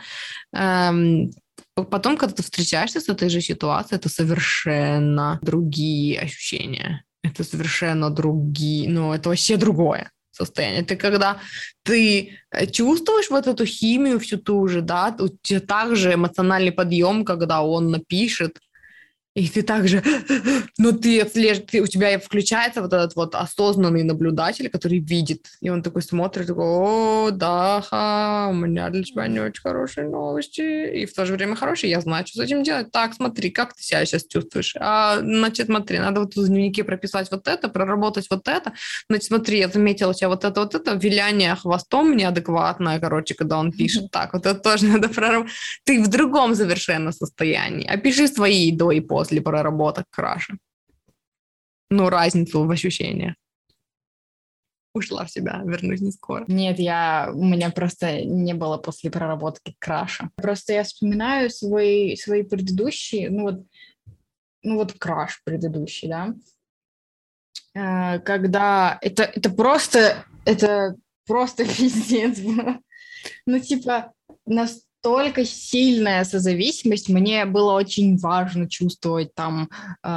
потом, когда ты встречаешься с этой же ситуацией, это совершенно другие ощущения. Это совершенно другие, это вообще другое состояние. Это когда ты чувствуешь вот эту химию всю ту же, да, у тебя также эмоциональный подъем, когда он напишет, и ты также, у тебя включается вот этот вот осознанный наблюдатель, который видит, и он такой смотрит, такой, о, да, у меня для тебя не очень хорошие новости, и в то же время хорошие, я знаю, что с этим делать. Так, смотри, как ты себя сейчас чувствуешь? Значит, смотри, надо вот в дневнике прописать вот это, проработать вот это. Значит, смотри, я заметила у тебя вот это, виляние хвостом неадекватное, когда он пишет так, вот это тоже надо проработать. Ты в другом совершенно состоянии. Опиши свои до и после проработок краша. Разницу в ощущениях. Ушла в себя, вернусь не скоро. Нет, у меня просто не было после проработки краша. Просто я вспоминаю свои предыдущие, краш предыдущий, да, когда это просто пиздец было. Настолько сильная созависимость, мне было очень важно чувствовать там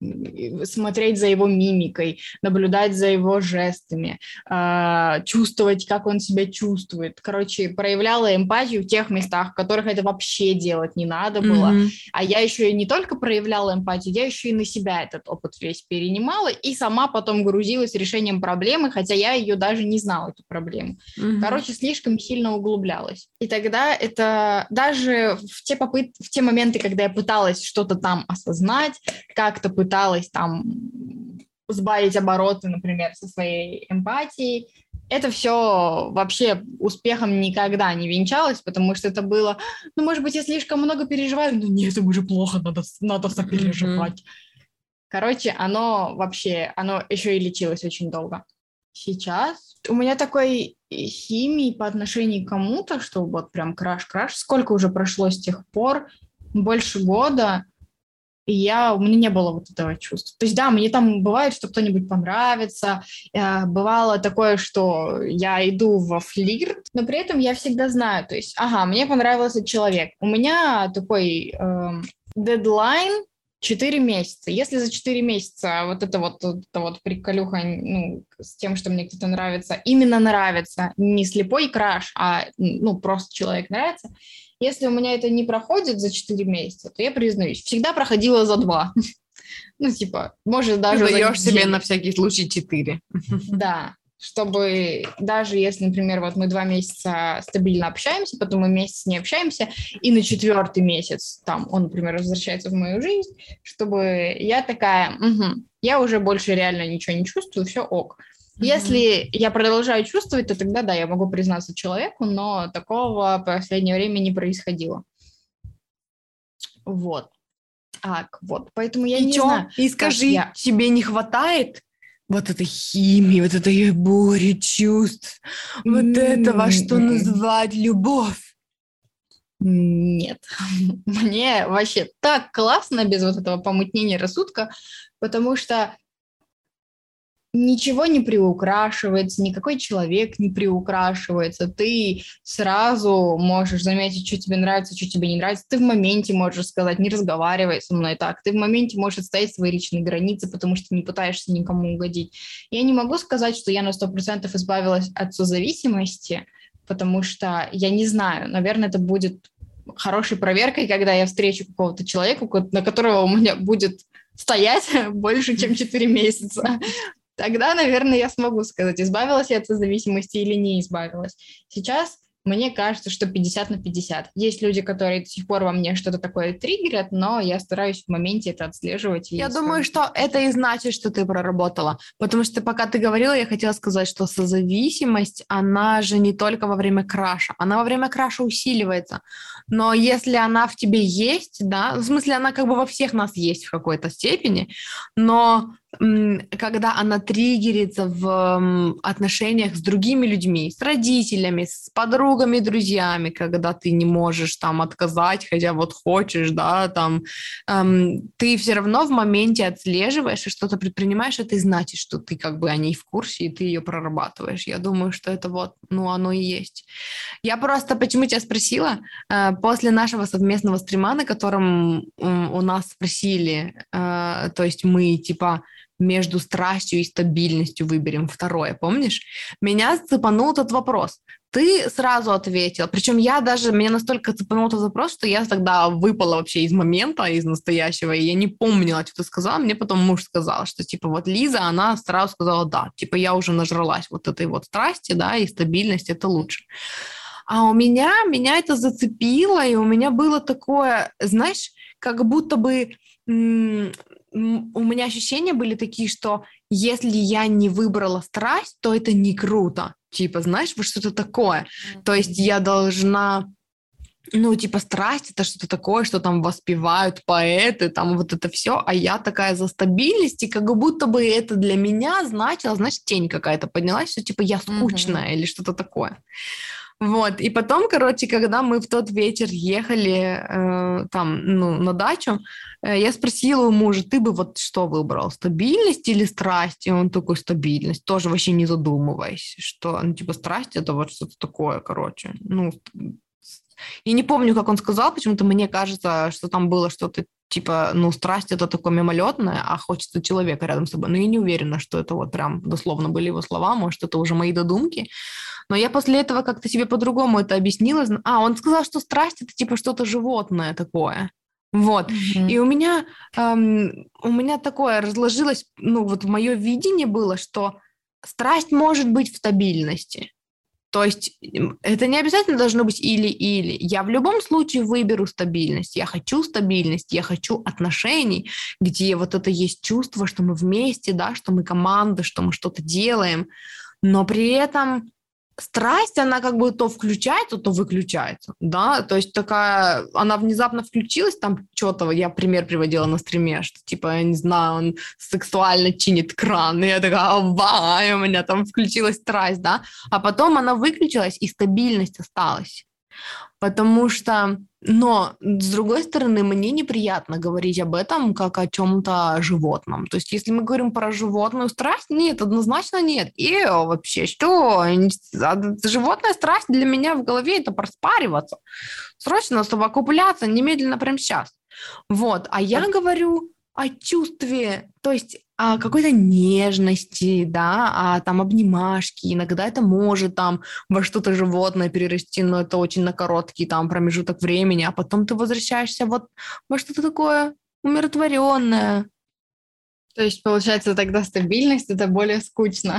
смотреть за его мимикой, наблюдать за его жестами, чувствовать, как он себя чувствует. Короче, проявляла эмпатию в тех местах, в которых это вообще делать не надо было. А я еще и не только проявляла эмпатию, я еще и на себя этот опыт весь перенимала и сама потом грузилась решением проблемы, хотя я ее даже не знала, эту проблему. Короче, слишком сильно углублялась. И тогда это даже в те моменты, когда я пыталась что-то там осознать, как-то пыталась там сбавить обороты, например, со своей эмпатией, это все вообще успехом никогда не венчалось, потому что это было, ну, может быть, я слишком много переживаю, но нет, это уже плохо, надо сопереживать. Короче, оно еще и лечилось очень долго. Сейчас у меня такой химии по отношению к кому-то, что вот прям краш-краш. Сколько уже прошло с тех пор? Больше года. И у меня не было вот этого чувства. То есть, да, мне там бывает, что кто-нибудь понравится. Бывало такое, что я иду во флирт, но при этом я всегда знаю, то есть, мне понравился человек. У меня такой дедлайн 4 месяца. Если за 4 месяца вот это вот приколюха, ну, с тем, что мне кто-то нравится, именно нравится, не слепой краш, а, ну, просто человек нравится, если у меня это не проходит за 4 месяца, то я признаюсь, всегда проходила за 2. Ну, типа, может, даже ты за даешь себе неделю. на всякий случай 4. Да, чтобы даже если, например, вот мы 2 месяца стабильно общаемся, потом мы месяц не общаемся, и на 4-й месяц там он, например, возвращается в мою жизнь, чтобы я такая, я уже больше реально ничего не чувствую, все ок. Если я продолжаю чувствовать, то тогда, да, я могу признаться человеку, но такого в последнее время не происходило. Вот. Так, вот. Поэтому я не знаю. И скажи, тебе не хватает вот этой химии, вот этой бури чувств, вот этого, что называть любовь? Нет. Мне вообще так классно без вот этого помутнения рассудка, потому что ничего не приукрашивается, никакой человек не приукрашивается. Ты сразу можешь заметить, что тебе нравится, что тебе не нравится. Ты в моменте можешь сказать, не разговаривай со мной так. Ты в моменте можешь отстоять свои личные границы, потому что не пытаешься никому угодить. Я не могу сказать, что я на 100% избавилась от созависимости, потому что я не знаю, наверное, это будет хорошей проверкой, когда я встречу какого-то человека, на которого у меня будет стоять больше, чем 4 месяца. Тогда, наверное, я смогу сказать, избавилась я от зависимости или не избавилась. Сейчас мне кажется, что 50/50. Есть люди, которые до сих пор во мне что-то такое триггерят, но я стараюсь в моменте это отслеживать. Я думаю, что это и значит, что ты проработала. Потому что пока ты говорила, я хотела сказать, что созависимость, она же не только во время краша. Она во время краша усиливается. Но если она в тебе есть, да, в смысле, она как бы во всех нас есть в какой-то степени, но когда она триггерится в отношениях с другими людьми, с родителями, с подругами, друзьями, когда ты не можешь там отказать, хотя вот хочешь, да, там, ты все равно в моменте отслеживаешь и что-то предпринимаешь, это и значит, что ты как бы о ней в курсе, и ты ее прорабатываешь. Я думаю, что это вот, ну, оно и есть. Я просто почему тебя спросила? После нашего совместного стрима, на котором у нас спросили, то есть мы типа между страстью и стабильностью выберем второе, помнишь? Меня цепанул этот вопрос. Ты сразу ответил, причем меня настолько цепанул этот вопрос, что я тогда выпала вообще из момента, из настоящего, и я не помнила, что ты сказала. Мне потом муж сказал, что типа вот Лиза, она сразу сказала, да, типа я уже нажралась вот этой вот страсти, да, и стабильность это лучше. А у меня это зацепило, и у меня было такое, знаешь, как будто бы у меня ощущения были такие, что если я не выбрала страсть, то это не круто. Типа, знаешь, вот что-то такое. То есть я должна... Ну, типа, страсть — это что-то такое, что там воспевают поэты, там вот это все, а я такая за стабильность, и как будто бы это для меня значило, знаешь, тень какая-то поднялась, что типа я скучная или что-то такое. Вот, и потом, короче, когда мы в тот вечер ехали на дачу, я спросила у мужа, ты бы вот что выбрал, стабильность или страсть? И он такой, стабильность, тоже вообще не задумываясь, что, ну, типа, страсть — это вот что-то такое, короче, ну, Я не помню, как он сказал, почему-то мне кажется, что там было что-то типа, ну, страсть это такое мимолетное, а хочется человека рядом с собой. Но я не уверена, что это вот прям дословно были его слова, может, это уже мои додумки. Но я после этого как-то себе по-другому это объяснила. Он сказал, что страсть это типа что-то животное такое. Вот. И у меня такое разложилось, ну, вот мое видение было, что страсть может быть в стабильности. То есть это не обязательно должно быть или-или. Я в любом случае выберу стабильность. Я хочу стабильность, я хочу отношений, где вот это есть чувство, что мы вместе, да, что мы команда, что мы что-то делаем. Но при этом страсть, она как бы то включается, то выключается, да, то есть такая, она внезапно включилась, там что-то, я пример приводила на стриме, что типа, я не знаю, он сексуально чинит кран, и я такая, вай, у меня там включилась страсть, да, а потом она выключилась, и стабильность осталась. Потому что, но с другой стороны, мне неприятно говорить об этом как о чем-то животном. То есть, если мы говорим про животную страсть, нет, однозначно нет. И вообще, что? Животная страсть для меня в голове это проспариваться. Срочно совокупляться, немедленно, прямо сейчас. Вот. А я говорю о чувстве, то есть о какой-то нежности, да, о там обнимашке. Иногда это может там во что-то животное перерасти, но это очень на короткий там промежуток времени, а потом ты возвращаешься вот во что-то такое умиротворенное. То есть, получается, тогда стабильность – это более скучно.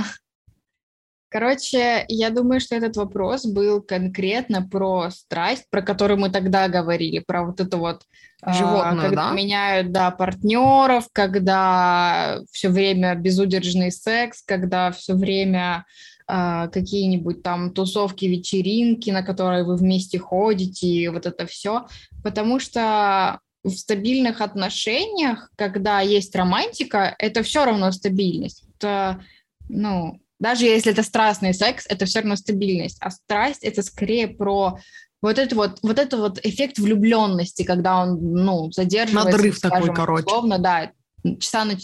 Короче, я думаю, что этот вопрос был конкретно про страсть, про которую мы тогда говорили, про вот это вот животное, когда да? меняют, да, партнеров, когда все время безудержный секс, когда все время какие-нибудь там тусовки, вечеринки, на которые вы вместе ходите, и вот это все. Потому что в стабильных отношениях, когда есть романтика, это все равно стабильность. Это, ну, даже если это страстный секс, это все равно стабильность. А страсть – это скорее про вот этот эффект влюбленности, когда он, ну, задерживается, Надрыв скажем, такой, короче. условно, да, часа на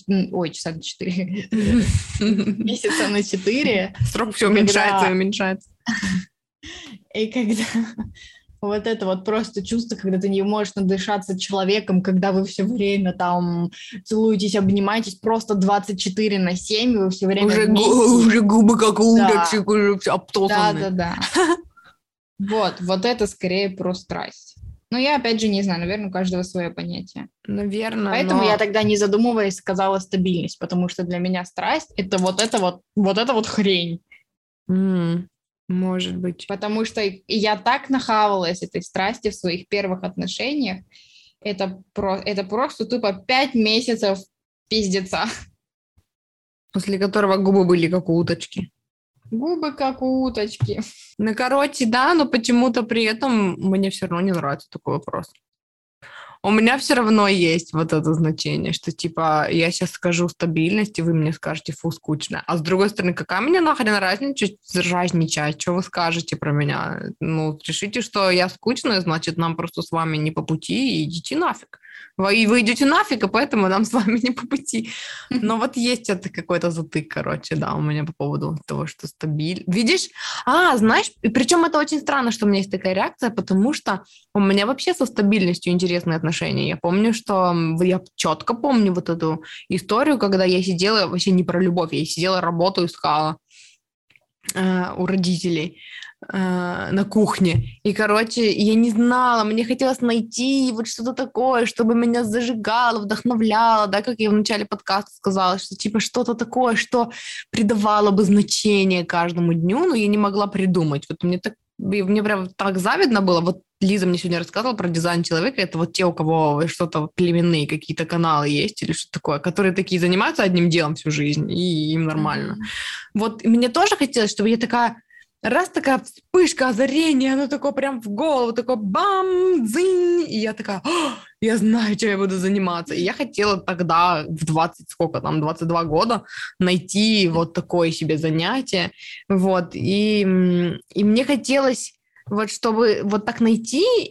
4, месяца на 4. Срок все уменьшается и уменьшается. И когда вот это вот просто чувство, когда ты не можешь надышаться человеком, когда вы все время там целуетесь, обнимаетесь, просто 24/7, вы все время уже губы как у удочек, уже обтосанные. Да. Вот это скорее про страсть. Но я, опять же, не знаю, наверное, у каждого свое понятие. Наверное, Поэтому я тогда, не задумываясь, сказала стабильность, потому что для меня страсть – это вот эта вот хрень. Может быть. Потому что я так нахавалась этой страсти в своих первых отношениях. Это просто тупо 5 месяцев пиздеца. После которого губы были как у уточки. Губы как у уточки. Ну, короче, да, но почему-то при этом мне все равно не нравится такой вопрос. У меня все равно есть вот это значение, что типа я сейчас скажу стабильность, и вы мне скажете, фу, скучно. А с другой стороны, какая мне нахрен разничать, что вы скажете про меня? Ну, решите, что я скучная, значит, нам просто с вами не по пути, и идите нафиг. Вы идете нафиг, и поэтому нам с вами не по пути. Но вот есть это какой-то затык, короче, да, у меня по поводу того, что стабильно. Видишь? Знаешь, причем это очень странно, что у меня есть такая реакция, потому что у меня вообще со стабильностью интересные отношения. Я помню, что я четко помню вот эту историю, когда я сидела, вообще не про любовь, я сидела, работу искала у родителей на кухне. И, короче, я не знала, мне хотелось найти вот что-то такое, чтобы меня зажигало, вдохновляло, да, как я в начале подкаста сказала, что типа что-то такое, что придавало бы значение каждому дню, но я не могла придумать. Вот мне прям так завидно было. Вот Лиза мне сегодня рассказывала про дизайн человека. Это вот те, у кого что-то племенные какие-то каналы есть или что-то такое, которые такие занимаются одним делом всю жизнь, и им нормально. Вот мне тоже хотелось, чтобы я такая вспышка озарения, оно такое прям в голову, такое бам, дзынь, и я такая, я знаю, чем я буду заниматься. И я хотела тогда в 22 года найти вот такое себе занятие, вот, и мне хотелось вот чтобы вот так найти,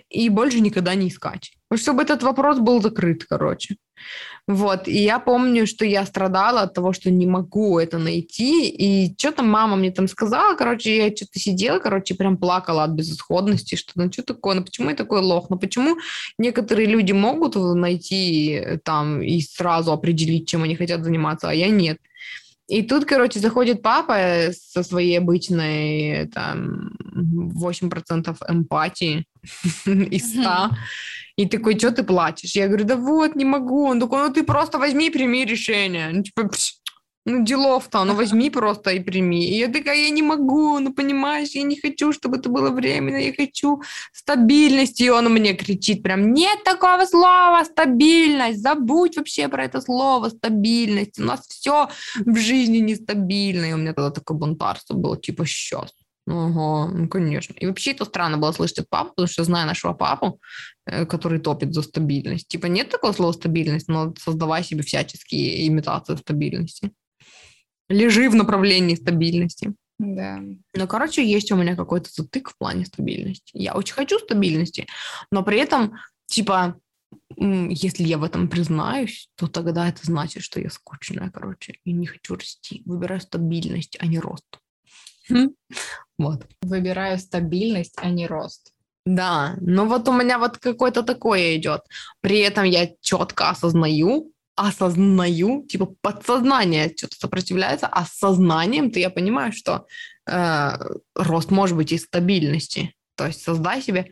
и больше никогда не искать. Чтобы этот вопрос был закрыт, короче. Вот, и я помню, что я страдала от того, что не могу это найти, и что-то мама мне там сказала, короче, я что-то сидела, короче, прям плакала от безысходности, что ну что такое, ну почему я такой лох, ну почему некоторые люди могут найти там и сразу определить, чем они хотят заниматься, а я нет. И тут, короче, заходит папа со своей обычной там 8% эмпатии из 100, и такой, что ты плачешь? Я говорю, да вот, не могу. Он такой, ну ты просто возьми и прими решение. Ну, типа, ну делов-то, ну возьми просто и прими. И я такая, я не могу, ну понимаешь, я не хочу, чтобы это было временно, я хочу стабильности. И он мне кричит прям, нет такого слова, стабильность, забудь вообще про это слово, стабильность. У нас все в жизни нестабильно. И у меня тогда такое бунтарство было, типа, сейчас. Ага, ну, конечно. И вообще это странно было слышать от папы, потому что, зная нашего папу, который топит за стабильность, типа, нет такого слова стабильность, но создавай себе всяческие имитации стабильности. Лежи в направлении стабильности. Да. Ну, короче, есть у меня какой-то затык в плане стабильности. Я очень хочу стабильности, но при этом, типа, если я в этом признаюсь, то тогда это значит, что я скучная, короче, и не хочу расти. Выбираю стабильность, а не рост. Вот. Выбираю стабильность, а не рост. Да, но вот у меня вот какое-то такое идет. При этом я четко осознаю, типа подсознание что-то сопротивляется, а с сознанием-то я понимаю, что рост может быть из стабильности. То есть создай себе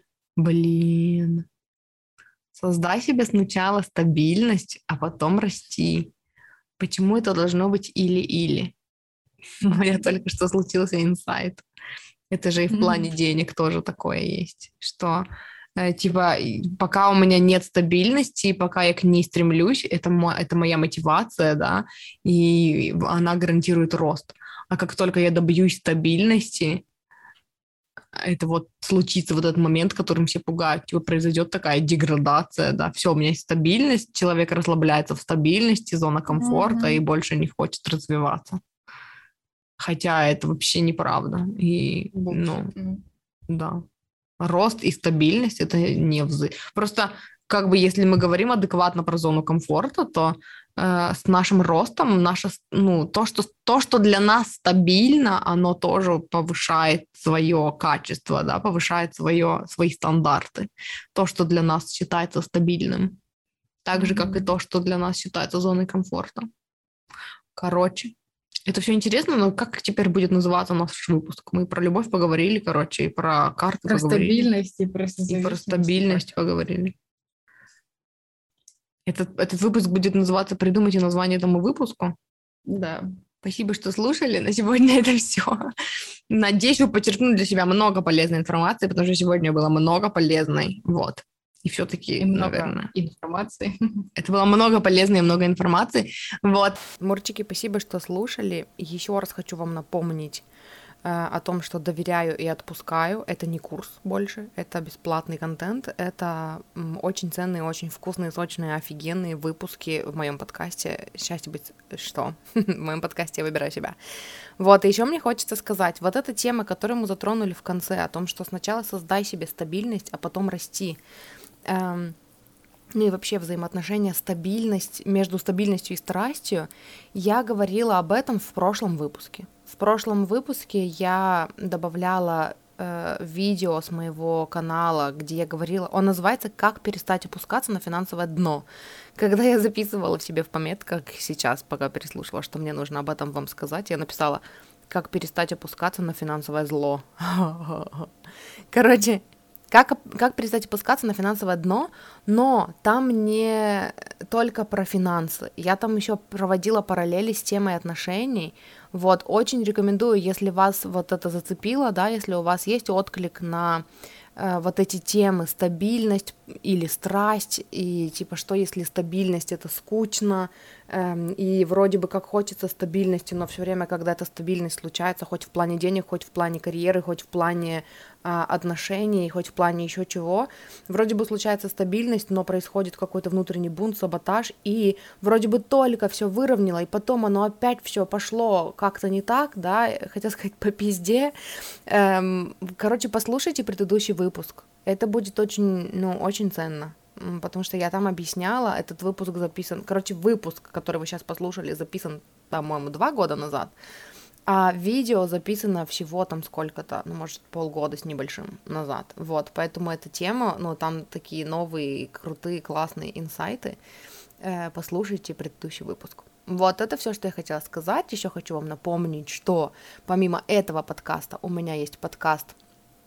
сначала стабильность, а потом расти. Почему это должно быть или-или? У меня только что случился инсайт. Это же и в плане денег тоже такое есть, что типа пока у меня нет стабильности, пока я к ней стремлюсь, это моя мотивация, да, и она гарантирует рост. А как только я добьюсь стабильности, это вот случится вот этот момент, которым все пугают, типа произойдет такая деградация, да, все, у меня есть стабильность, человек расслабляется в стабильности, зона комфорта и больше не хочет развиваться. Хотя это вообще неправда. И, ну, да. Рост и стабильность – это не Просто, как бы, если мы говорим адекватно про зону комфорта, то с нашим ростом то, что для нас стабильно, оно тоже повышает свое качество, да, повышает свои стандарты. То, что для нас считается стабильным. Так же, как и то, что для нас считается зоной комфорта. Короче. Это все интересно, но как теперь будет называться наш выпуск? Мы про любовь поговорили, короче, и про карты про поговорили. Стабильность, и про И про стабильность поговорили. Этот выпуск будет называться «Придумайте название этому выпуску». Да. Спасибо, что слушали. На сегодня это все. Надеюсь, вы подчеркнули для себя много полезной информации, потому что сегодня было много полезной. Вот. И все-таки, наверное, информации. Это было много полезной и много информации. Вот. Мурчики, спасибо, что слушали. Еще раз хочу вам напомнить о том, что доверяю и отпускаю. Это не курс больше, это бесплатный контент. Это очень ценные, очень вкусные, сочные, офигенные выпуски в моем подкасте. Счастье быть... Что? В моем подкасте «Я выбираю себя». Вот, и еще мне хочется сказать, вот эта тема, которую мы затронули в конце, о том, что сначала создай себе стабильность, а потом расти. Ну и вообще взаимоотношения, стабильность, между стабильностью и страстью, я говорила об этом в прошлом выпуске. В прошлом выпуске я добавляла видео с моего канала, где я говорила, он называется «Как перестать опускаться на финансовое дно». Когда я записывала в себе в пометках сейчас, пока переслушала, что мне нужно об этом вам сказать, я написала «Как перестать опускаться на финансовое зло». Короче, как перестать опускаться на финансовое дно, но там не только про финансы. Я там еще проводила параллели с темой отношений. Вот, очень рекомендую, если вас вот это зацепило, да, если у вас есть отклик на вот эти темы стабильность или страсть, и типа что если стабильность это скучно, и вроде бы как хочется стабильности, но все время, когда эта стабильность случается, хоть в плане денег, хоть в плане карьеры, хоть в плане отношений, хоть в плане еще чего, вроде бы случается стабильность, но происходит какой-то внутренний бунт, саботаж, и вроде бы только все выровняло, и потом оно опять все пошло как-то не так, да, хотел сказать по пизде. Короче, послушайте предыдущий выпуск. Это будет очень ценно, потому что я там объясняла, этот выпуск записан, выпуск, который вы сейчас послушали, записан, по-моему, 2 года назад, а видео записано всего там сколько-то, может, полгода с небольшим назад, вот, поэтому эта тема, там такие новые, крутые, классные инсайты, послушайте предыдущий выпуск. Вот, это все, что я хотела сказать. Еще хочу вам напомнить, что помимо этого подкаста у меня есть подкаст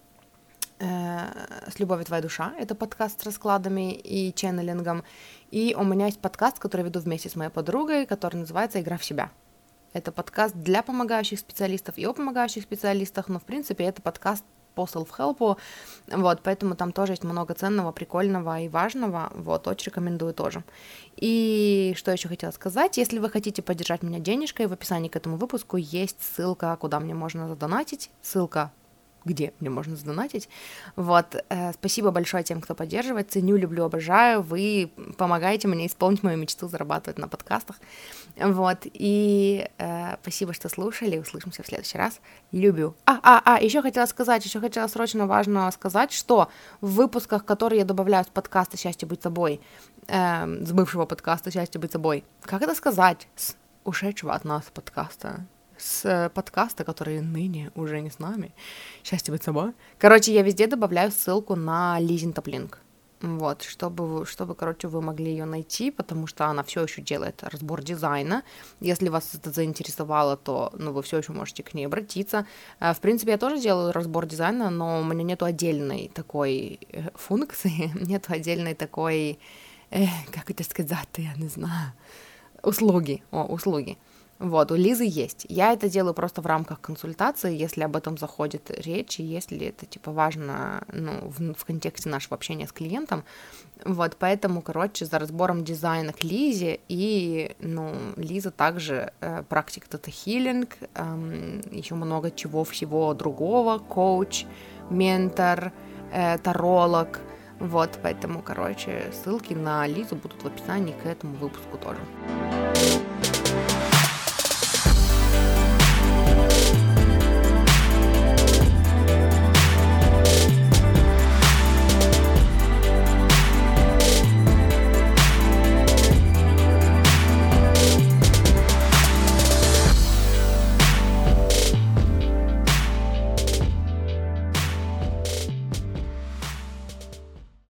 «С любовью твоя душа». Это подкаст с раскладами и ченнелингом. И у меня есть подкаст, который веду вместе с моей подругой, который называется «Игра в себя». Это подкаст для помогающих специалистов и о помогающих специалистах, но, в принципе, это подкаст по селф-хелпу, вот, поэтому там тоже есть много ценного, прикольного и важного, вот, очень рекомендую тоже. И что еще хотела сказать, если вы хотите поддержать меня денежкой, в описании к этому выпуску есть ссылка, куда мне можно задонатить, где мне можно задонатить. Вот, спасибо большое тем, кто поддерживает, ценю, люблю, обожаю, вы помогаете мне исполнить мою мечту зарабатывать на подкастах, вот, и спасибо, что слушали, услышимся в следующий раз, люблю. Еще хотела срочно важно сказать, что в выпусках, которые я добавляю с подкаста «Счастье быть собой», с бывшего подкаста «Счастье быть собой», как это сказать, с ушедшего от нас подкаста, с подкаста, который ныне уже не с нами. Счастье быть собой. Я везде добавляю ссылку на Лизин топлинк. Вот, чтобы, вы могли ее найти, потому что она все еще делает разбор дизайна. Если вас это заинтересовало, то, вы все еще можете к ней обратиться. В принципе, я тоже делаю разбор дизайна, но у меня нету отдельной такой функции, нету отдельной такой, как это сказать, я не знаю, услуги. Вот, у Лизы есть. Я это делаю просто в рамках консультации, если об этом заходит речь, и если это, важно, в контексте нашего общения с клиентом. Вот, поэтому, за разбором дизайна к Лизе, и, Лиза также практик тета-хилинг, еще много всего другого, коуч, ментор, таролог. Вот, поэтому, ссылки на Лизу будут в описании к этому выпуску тоже.